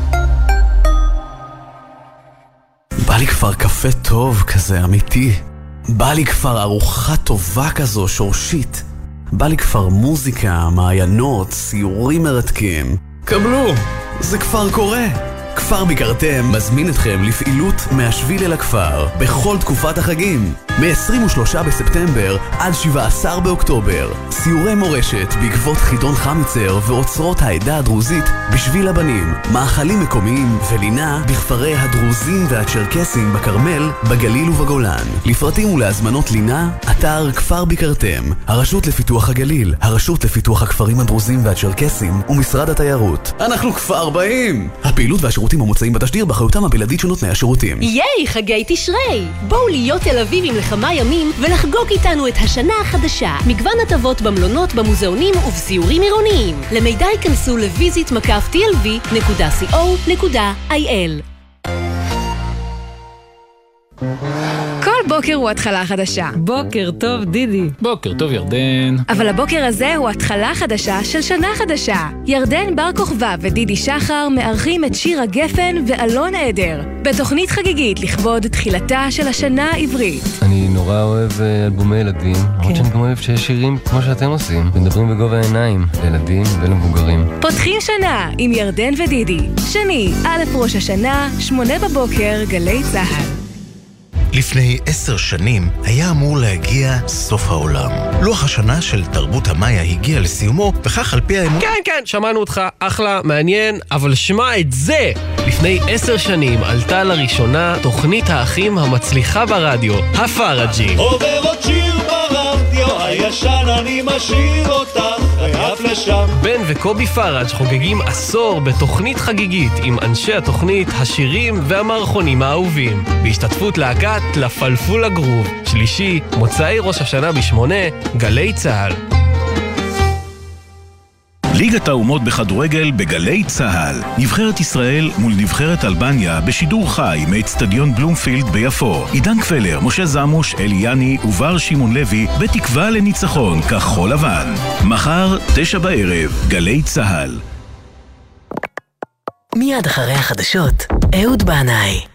בא לי כבר קפה טוב כזה אמיתי, בא לי כבר ארוחה טובה כזו שורשית, בא לי כבר מוזיקה, מעיינות, סיורים מרתקים. קבלו, זה כבר קורה. כפר ביקרתם מזמין אתכם לפעילות מהשביל אל הכפר בכל תקופת החגים מ-עשרים ושלושה בספטמבר עד שבעה עשר באוקטובר. סיורי מורשת בעקבות חידון חמיצר ואוצרות העדה הדרוזית בשביל הבנים, מאכלים מקומיים ולינה בכפרי הדרוזים והצ'רקסים בכרמל, בגליל ובגולן. לפרטים ולהזמנות לינה, אתר כפר ביקרתם, הרשות לפיתוח הגליל, הרשות לפיתוח הכפרים הדרוזים והצ'רקסים ומשרד התיירות. אנחנו כפר באים! הפעילות והשירותים המוצאים בתשדיר באחריותם הבלעדית של נותני השירותים. ייי, חגי תשרי! בואו להיות תל אביבים לכמה ימים ולחגוג איתנו את השנה החדשה. מגוון הטבות במלונות, במוזיאונים ובסיורים עירוניים. למידע ייכנסו לויזית מקף טי אל וי נקודה סי או נקודה איי אל. כל בוקר הוא התחלה חדשה. בוקר טוב דידי. בוקר טוב ירדן. אבל הבוקר הזה הוא התחלה חדשה של שנה חדשה. ירדן בר כוכבא ודידי שחר מארחים את שיר הגפן ואלון עדר בתוכנית חגיגית לכבוד תחילתה של השנה העברית. אני נורא אוהב אלבומי ילדים, למרות שאני גם אוהב שיש שירים כמו שאתם עושים, מדברים בגובה העיניים לילדים ולמבוגרים. פותחים שנה עם ירדן ודידי. שני, א' ראש השנה, שמונה בבוקר, גלי צהל. לפני עשר שנים היה אמור להגיע סוף העולם. לוח השנה של תרבות המאיה הגיע לסיומו, וכך על פי האמון... כן, כן, שמענו אותך, אחלה, מעניין, אבל שמע את זה! לפני עשר שנים עלתה לראשונה תוכנית האחים המצליחה ברדיו, הפארג'י. עובר עוד שיר ברב לישן אני משאיר אותך, עייף לשם. בן וקובי פראג' חוגגים עשור בתוכנית חגיגית עם אנשי התוכנית, השירים והמערכונים האהובים. בהשתתפות להקת לפלפול הגרוב. שלישי, מוצאי ראש השנה בשמונה, גלי צהל. ליגת האומות בכדורגל בגלי צהל. נבחרת ישראל מול נבחרת אלבניה בשידור חי מאצטדיון בלומפילד ביפו. עידן קפלר, משה זמוש, אלי יני ובר שמעון לוי בתקווה לניצחון כחול לבן. מחר, תשע בערב, גלי צהל. מיד אחרי החדשות, אהוד בנאי.